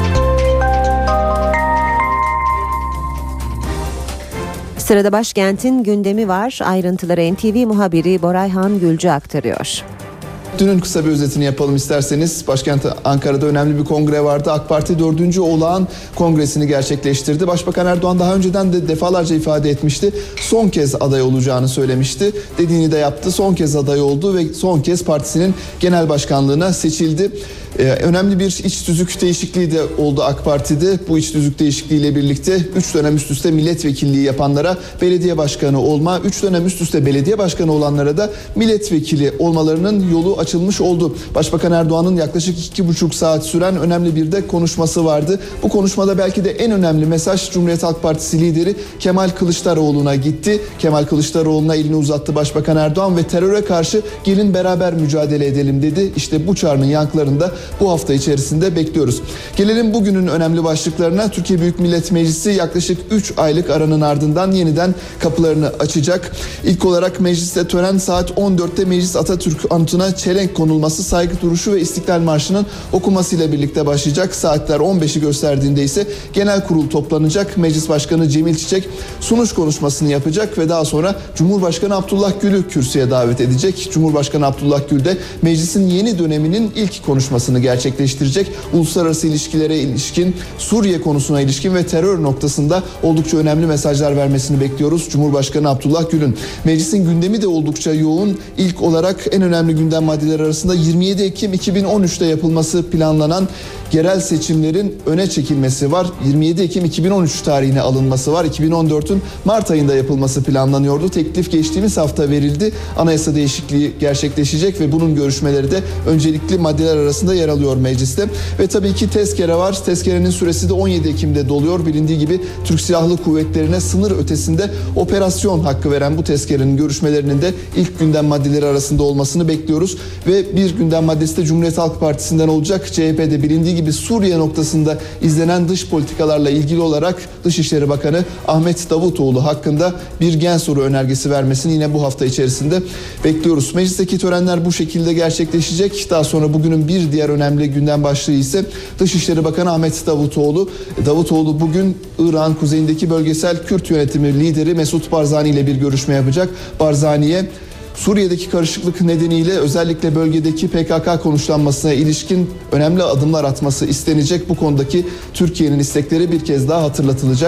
Sırada başkentin gündemi var. Ayrıntıları N T V muhabiri Borayhan Gülcü aktarıyor. Dünün kısa bir özetini yapalım isterseniz. Başkent Ankara'da önemli bir kongre vardı. AK Parti dördüncü olağan kongresini gerçekleştirdi. Başbakan Erdoğan daha önceden de defalarca ifade etmişti. Son kez aday olacağını söylemişti. Dediğini de yaptı. Son kez aday oldu ve son kez partisinin genel başkanlığına seçildi. Ee, önemli bir iç tüzük değişikliği de oldu AK Parti'de. Bu iç tüzük değişikliğiyle birlikte üç dönem üst üste milletvekilliği yapanlara belediye başkanı olma, üç dönem üst üste belediye başkanı olanlara da milletvekili olmalarının yolu açılmış oldu. Başbakan Erdoğan'ın yaklaşık iki buçuk saat süren önemli bir de konuşması vardı. Bu konuşmada belki de en önemli mesaj Cumhuriyet Halk Partisi lideri Kemal Kılıçdaroğlu'na gitti. Kemal Kılıçdaroğlu'na elini uzattı Başbakan Erdoğan ve teröre karşı gelin beraber mücadele edelim dedi. İşte bu çağrının yankılarında bu hafta içerisinde bekliyoruz. Gelelim bugünün önemli başlıklarına. Türkiye Büyük Millet Meclisi yaklaşık üç aylık aranın ardından yeniden kapılarını açacak. İlk olarak mecliste tören saat on dörtte Meclis Atatürk anıtına çelenk konulması, saygı duruşu ve İstiklal Marşı'nın okunmasıyla birlikte başlayacak. Saatler on beşi gösterdiğinde ise genel kurul toplanacak. Meclis Başkanı Cemil Çiçek sunuş konuşmasını yapacak ve daha sonra Cumhurbaşkanı Abdullah Gül'ü kürsüye davet edecek. Cumhurbaşkanı Abdullah Gül de meclisin yeni döneminin ilk konuşmasını gerçekleştirecek. Uluslararası ilişkilere ilişkin, Suriye konusuna ilişkin ve terör noktasında oldukça önemli mesajlar vermesini bekliyoruz Cumhurbaşkanı Abdullah Gül'ün. Meclisin gündemi de oldukça yoğun. İlk olarak en önemli gündem maddeleri arasında yirmi yedi Ekim iki bin on üçte yapılması planlanan yerel seçimlerin öne çekilmesi var. yirmi yedi Ekim iki bin on üç tarihine alınması var. iki bin on dörtün Mart ayında yapılması planlanıyordu. Teklif geçtiğimiz hafta verildi. Anayasa değişikliği gerçekleşecek ve bunun görüşmeleri de öncelikli maddeler arasında yer alıyor mecliste. Ve tabii ki tezkere var. Tezkerenin süresi de on yedi Ekim'de doluyor. Bilindiği gibi Türk Silahlı Kuvvetleri'ne sınır ötesinde operasyon hakkı veren bu tezkerenin görüşmelerinin de ilk gündem maddeleri arasında olmasını bekliyoruz. Ve bir gündem maddesi de Cumhuriyet Halk Partisi'nden olacak. C H P'de bilindiği gibi Suriye noktasında izlenen dış politikalarla ilgili olarak Dışişleri Bakanı Ahmet Davutoğlu hakkında bir gen soru önergesi vermesini yine bu hafta içerisinde bekliyoruz. Meclisteki törenler bu şekilde gerçekleşecek. Daha sonra bugünün bir diğer önemli gündem başlığı ise Dışişleri Bakanı Ahmet Davutoğlu. Davutoğlu bugün İran kuzeyindeki bölgesel Kürt yönetimi lideri Mesut Barzani ile bir görüşme yapacak. Barzani'ye Suriye'deki karışıklık nedeniyle özellikle bölgedeki P K K konuşlanmasına ilişkin önemli adımlar atması istenecek. Bu konudaki Türkiye'nin istekleri bir kez daha hatırlatılacak.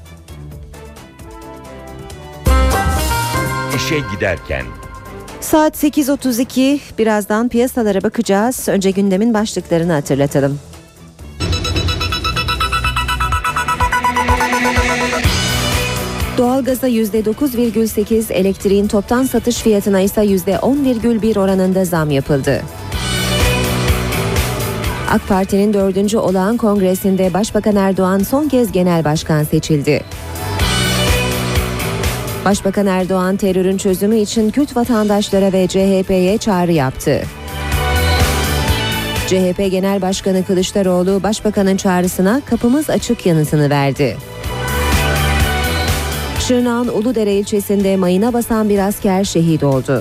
İşe giderken. Saat sekiz otuz iki, birazdan piyasalara bakacağız. Önce gündemin başlıklarını hatırlatalım. Doğalgaza yüzde dokuz virgül sekiz, elektriğin toptan satış fiyatına ise yüzde on virgül bir oranında zam yapıldı. AK Parti'nin dördüncü olağan kongresinde Başbakan Erdoğan son kez genel başkan seçildi. Başbakan Erdoğan terörün çözümü için Kürt vatandaşlara ve C H P'ye çağrı yaptı. C H P Genel Başkanı Kılıçdaroğlu Başbakanın çağrısına kapımız açık yanıtını verdi. Şırnak'ın Uludere ilçesinde mayına basan bir asker şehit oldu.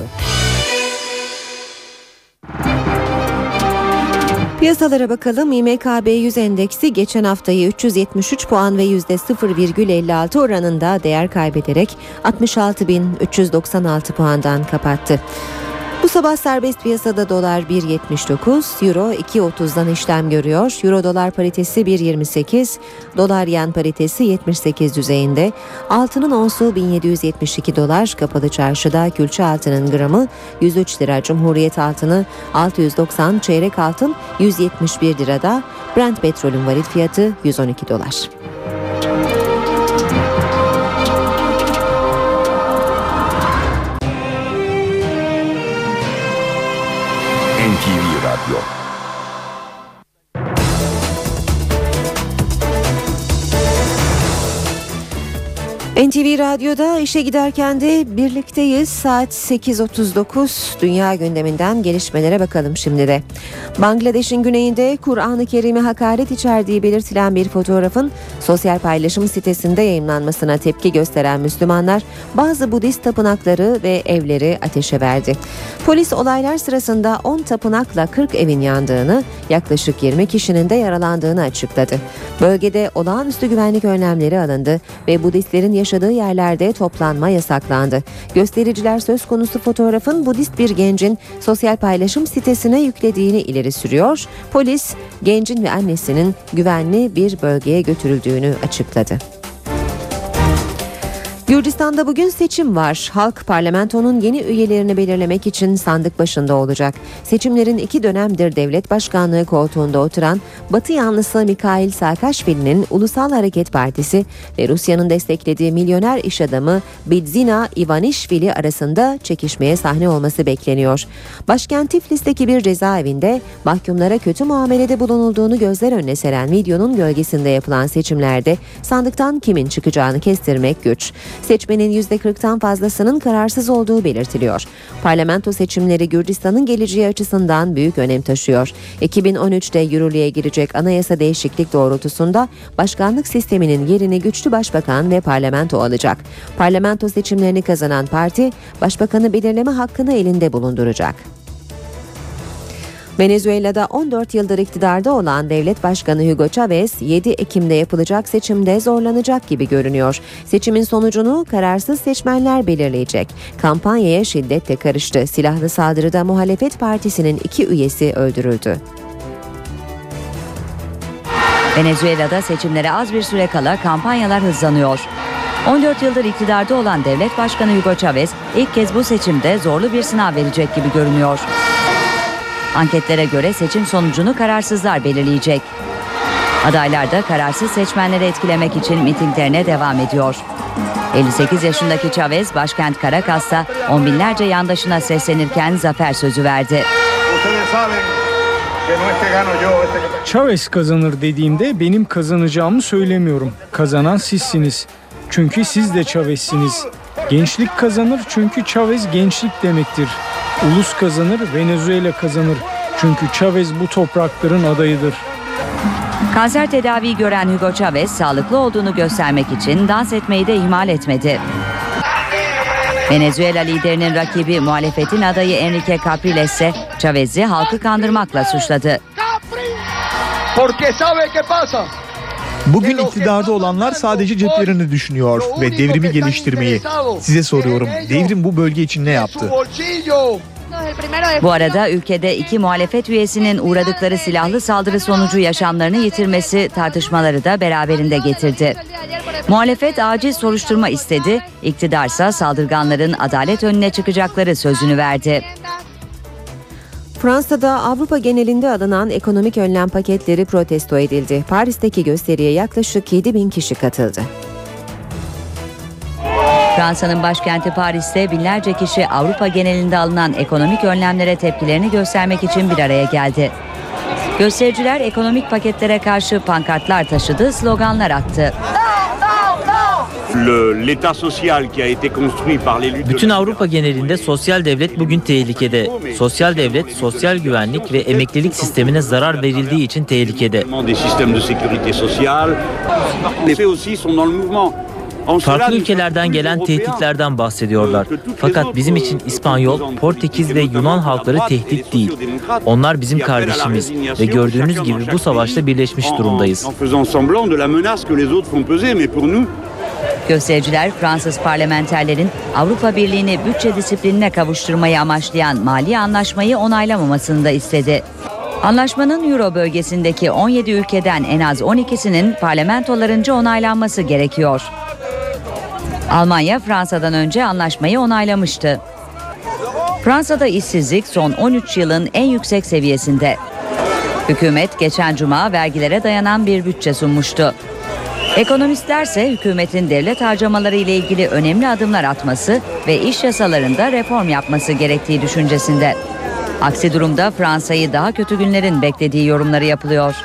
Piyasalara bakalım. İ M K B yüz endeksi geçen haftayı üç yüz yetmiş üç puan ve yüzde sıfır virgül elli altı oranında değer kaybederek altmış altı bin üç yüz doksan altı puandan kapattı. Bu sabah serbest piyasada dolar bir yetmiş dokuz, euro iki otuzdan işlem görüyor. Euro dolar paritesi bir yirmi sekiz, dolar yen paritesi yetmiş sekiz düzeyinde. Altının onsu bin yedi yüz yetmiş iki dolar. Kapalı çarşıda külçe altının gramı yüz üç lira. Cumhuriyet altını altı yüz doksan, çeyrek altın yüz yetmiş bir lirada. Brent petrolün varil fiyatı yüz on iki dolar. N T V Radyo. N T V Radyo'da işe giderken de birlikteyiz. Saat sekiz otuz dokuz. Dünya gündeminden gelişmelere bakalım şimdi de. Bangladeş'in güneyinde Kur'an-ı Kerim'e hakaret içerdiği belirtilen bir fotoğrafın sosyal paylaşım sitesinde yayımlanmasına tepki gösteren Müslümanlar bazı Budist tapınakları ve evleri ateşe verdi. Polis olaylar sırasında on tapınakla kırk evin yandığını, yaklaşık yirmi kişinin de yaralandığını açıkladı. Bölgede olağanüstü güvenlik önlemleri alındı ve Budistlerin yaşadığı yerlerde toplanma yasaklandı. Göstericiler söz konusu fotoğrafın Budist bir gencin sosyal paylaşım sitesine yüklediğini ileri sürüyor. Polis, gencin ve annesinin güvenli bir bölgeye götürüldüğünü açıkladı. Gürcistan'da bugün seçim var. Halk parlamentonun yeni üyelerini belirlemek için sandık başında olacak. Seçimlerin iki dönemdir devlet başkanlığı koltuğunda oturan Batı yanlısı Mikhail Saakashvili'nin Ulusal Hareket Partisi ve Rusya'nın desteklediği milyoner iş adamı Bidzina Ivanishvili arasında çekişmeye sahne olması bekleniyor. Başkent Tiflis'teki bir cezaevinde mahkumlara kötü muamelede bulunulduğunu gözler önüne seren videonun gölgesinde yapılan seçimlerde sandıktan kimin çıkacağını kestirmek güç. Seçmenin yüzde kırktan fazlasının kararsız olduğu belirtiliyor. Parlamento seçimleri Gürcistan'ın geleceği açısından büyük önem taşıyor. iki bin on üçte yürürlüğe girecek anayasa değişiklik doğrultusunda başkanlık sisteminin yerini güçlü başbakan ve parlamento alacak. Parlamento seçimlerini kazanan parti, başbakanı belirleme hakkını elinde bulunduracak. Venezuela'da on dört yıldır iktidarda olan devlet başkanı Hugo Chavez yedi Ekim'de yapılacak seçimde zorlanacak gibi görünüyor. Seçimin sonucunu kararsız seçmenler belirleyecek. Kampanyaya şiddet de karıştı. Silahlı saldırıda muhalefet partisinin iki üyesi öldürüldü. Venezuela'da seçimlere az bir süre kala kampanyalar hızlanıyor. on dört yıldır iktidarda olan devlet başkanı Hugo Chavez ilk kez bu seçimde zorlu bir sınav verecek gibi görünüyor. Anketlere göre seçim sonucunu kararsızlar belirleyecek. Adaylar da kararsız seçmenleri etkilemek için mitinglerine devam ediyor. elli sekiz yaşındaki Chavez başkent Caracas'ta on binlerce yandaşına seslenirken zafer sözü verdi. Chavez kazanır dediğimde benim kazanacağımı söylemiyorum. Kazanan sizsiniz. Çünkü siz de Chavez'siniz. Gençlik kazanır çünkü Chavez gençlik demektir. Ulus kazanır, Venezuela kazanır. Çünkü Chavez bu toprakların adayıdır. Kanser tedaviyi gören Hugo Chavez sağlıklı olduğunu göstermek için dans etmeyi de ihmal etmedi. Venezuela liderinin rakibi muhalefetin adayı Enrique Capriles ise Chavez'i halkı kandırmakla suçladı. Bugün iktidarda olanlar sadece ceplerini düşünüyor ve devrimi geliştirmeyi. Size soruyorum, devrim bu bölge için ne yaptı? Bu arada ülkede iki muhalefet üyesinin uğradıkları silahlı saldırı sonucu yaşamlarını yitirmesi tartışmaları da beraberinde getirdi. Muhalefet acil soruşturma istedi, iktidarsa saldırganların adalet önüne çıkacakları sözünü verdi. Fransa'da Avrupa genelinde alınan ekonomik önlem paketleri protesto edildi. Paris'teki gösteriye yaklaşık yedi bin kişi katıldı. Fransa'nın başkenti Paris'te binlerce kişi Avrupa genelinde alınan ekonomik önlemlere tepkilerini göstermek için bir araya geldi. Göstericiler ekonomik paketlere karşı pankartlar taşıdı, sloganlar attı. Bütün Avrupa genelinde sosyal devlet bugün tehlikede. Sosyal devlet, sosyal güvenlik ve emeklilik sistemine zarar verildiği için tehlikede. Farklı ülkelerden gelen tehditlerden bahsediyorlar. Fakat bizim için İspanyol, Portekiz ve Yunan halkları tehdit değil. Onlar bizim kardeşimiz ve gördüğünüz gibi bu savaşta birleşmiş durumdayız. Göstericiler Fransız parlamenterlerin Avrupa Birliği'ni bütçe disiplinine kavuşturmayı amaçlayan mali anlaşmayı onaylamamasını da istedi. Anlaşmanın Euro bölgesindeki on yedi ülkeden en az on ikisinin parlamentolarınca onaylanması gerekiyor. Almanya Fransa'dan önce anlaşmayı onaylamıştı. Fransa'da işsizlik son on üç yılın en yüksek seviyesinde. Hükümet geçen cuma vergilere dayanan bir bütçe sunmuştu. Ekonomistlerse hükümetin devlet harcamaları ile ilgili önemli adımlar atması ve iş yasalarında reform yapması gerektiği düşüncesinde. Aksi durumda Fransa'yı daha kötü günlerin beklediği yorumları yapılıyor.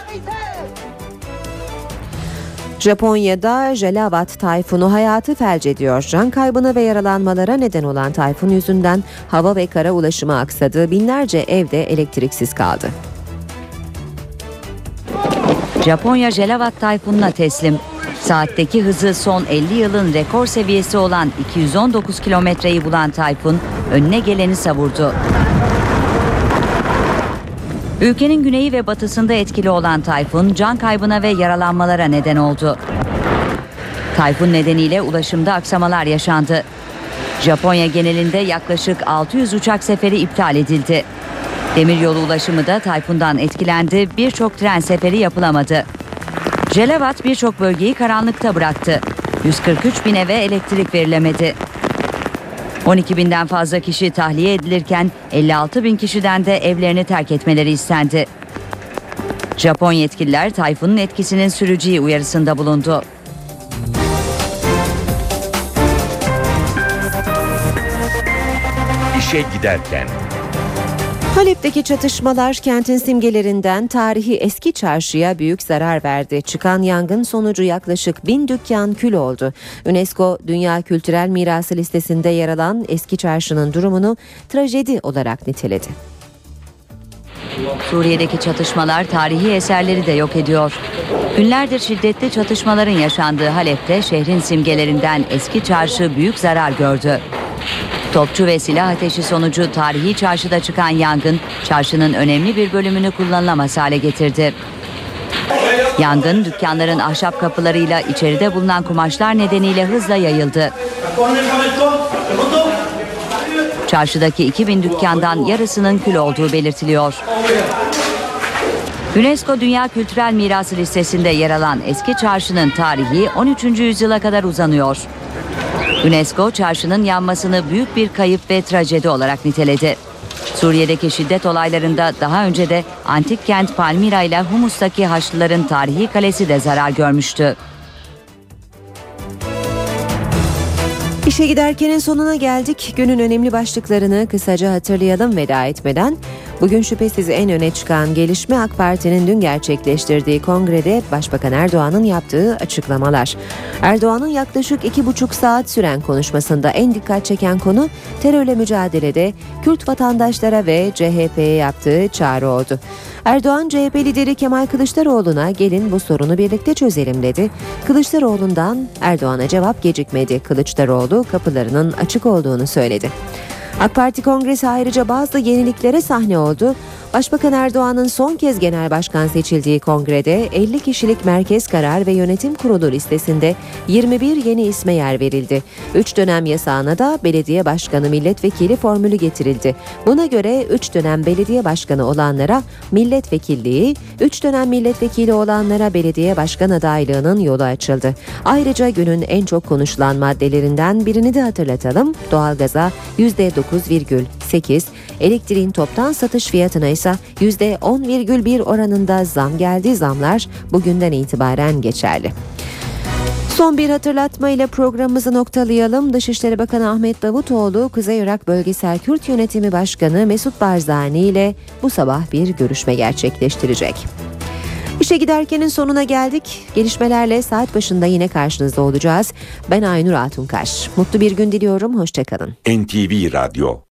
Japonya'da Jelavat tayfunu hayatı felç ediyor. Can kaybına ve yaralanmalara neden olan tayfun yüzünden hava ve kara ulaşımı aksadı. Binlerce evde elektriksiz kaldı. Japonya Jelavat tayfununa teslim. Saatteki hızı son elli yılın rekor seviyesi olan iki yüz on dokuz kilometreyi bulan tayfun önüne geleni savurdu. Ülkenin güneyi ve batısında etkili olan tayfun can kaybına ve yaralanmalara neden oldu. Tayfun nedeniyle ulaşımda aksamalar yaşandı. Japonya genelinde yaklaşık altı yüz uçak seferi iptal edildi. Demiryolu ulaşımı da tayfundan etkilendi, birçok tren seferi yapılamadı. Jelavat birçok bölgeyi karanlıkta bıraktı. yüz kırk üç bin eve elektrik verilemedi. on iki binden fazla kişi tahliye edilirken elli altı bin kişiden de evlerini terk etmeleri istendi. Japon yetkililer tayfunun etkisinin süreceği uyarısında bulundu. İşe giderken. Halep'teki çatışmalar kentin simgelerinden tarihi eski çarşıya büyük zarar verdi. Çıkan yangın sonucu yaklaşık bin dükkan kül oldu. UNESCO Dünya Kültürel Mirası listesinde yer alan eski çarşının durumunu trajedi olarak niteledi. Suriye'deki çatışmalar tarihi eserleri de yok ediyor. Günlerdir şiddetli çatışmaların yaşandığı Halep'te şehrin simgelerinden eski çarşı büyük zarar gördü. Topçu ve silah ateşi sonucu tarihi çarşıda çıkan yangın çarşının önemli bir bölümünü kullanılamaz hale getirdi. Yangın dükkanların ahşap kapılarıyla içeride bulunan kumaşlar nedeniyle hızla yayıldı. Çarşıdaki iki bin dükkandan yarısının kül olduğu belirtiliyor. UNESCO Dünya Kültürel Mirası listesinde yer alan eski çarşının tarihi on üçüncü yüzyıla kadar uzanıyor. UNESCO çarşının yanmasını büyük bir kayıp ve trajedi olarak niteledi. Suriye'deki şiddet olaylarında daha önce de antik kent Palmira ile Humus'taki Haçlıların tarihi kalesi de zarar görmüştü. İşe giderkenin sonuna geldik. Günün önemli başlıklarını kısaca hatırlayalım veda etmeden. Bugün şüphesiz en öne çıkan gelişme AK Parti'nin dün gerçekleştirdiği kongrede Başbakan Erdoğan'ın yaptığı açıklamalar. Erdoğan'ın yaklaşık iki buçuk saat süren konuşmasında en dikkat çeken konu terörle mücadelede Kürt vatandaşlara ve C H P'ye yaptığı çağrı oldu. Erdoğan C H P lideri Kemal Kılıçdaroğlu'na gelin bu sorunu birlikte çözelim dedi. Kılıçdaroğlu'ndan Erdoğan'a cevap gecikmedi. Kılıçdaroğlu kapılarının açık olduğunu söyledi. AK Parti Kongresi ayrıca bazı yeniliklere sahne oldu. Başbakan Erdoğan'ın son kez genel başkan seçildiği kongrede elli kişilik Merkez Karar ve Yönetim Kurulu listesinde yirmi bir yeni isme yer verildi. üç dönem yasağına da belediye başkanı milletvekili formülü getirildi. Buna göre üç dönem belediye başkanı olanlara milletvekilliği, üç dönem milletvekili olanlara belediye başkan adaylığının yolu açıldı. Ayrıca günün en çok konuşulan maddelerinden birini de hatırlatalım. Doğalgaza yüzde dokuz virgül sekiz, elektriğin toptan satış fiyatına ise yüzde on virgül bir oranında zam geldi. Zamlar bugünden itibaren geçerli. Son bir hatırlatma ile programımızı noktalayalım. Dışişleri Bakanı Ahmet Davutoğlu, Kuzey Irak Bölgesel Kürt Yönetimi Başkanı Mesut Barzani ile bu sabah bir görüşme gerçekleştirecek. İşe giderkenin sonuna geldik. Gelişmelerle saat başında yine karşınızda olacağız. Ben Aynur Altunkaş. Mutlu bir gün diliyorum. Hoşçakalın. N T V Radyo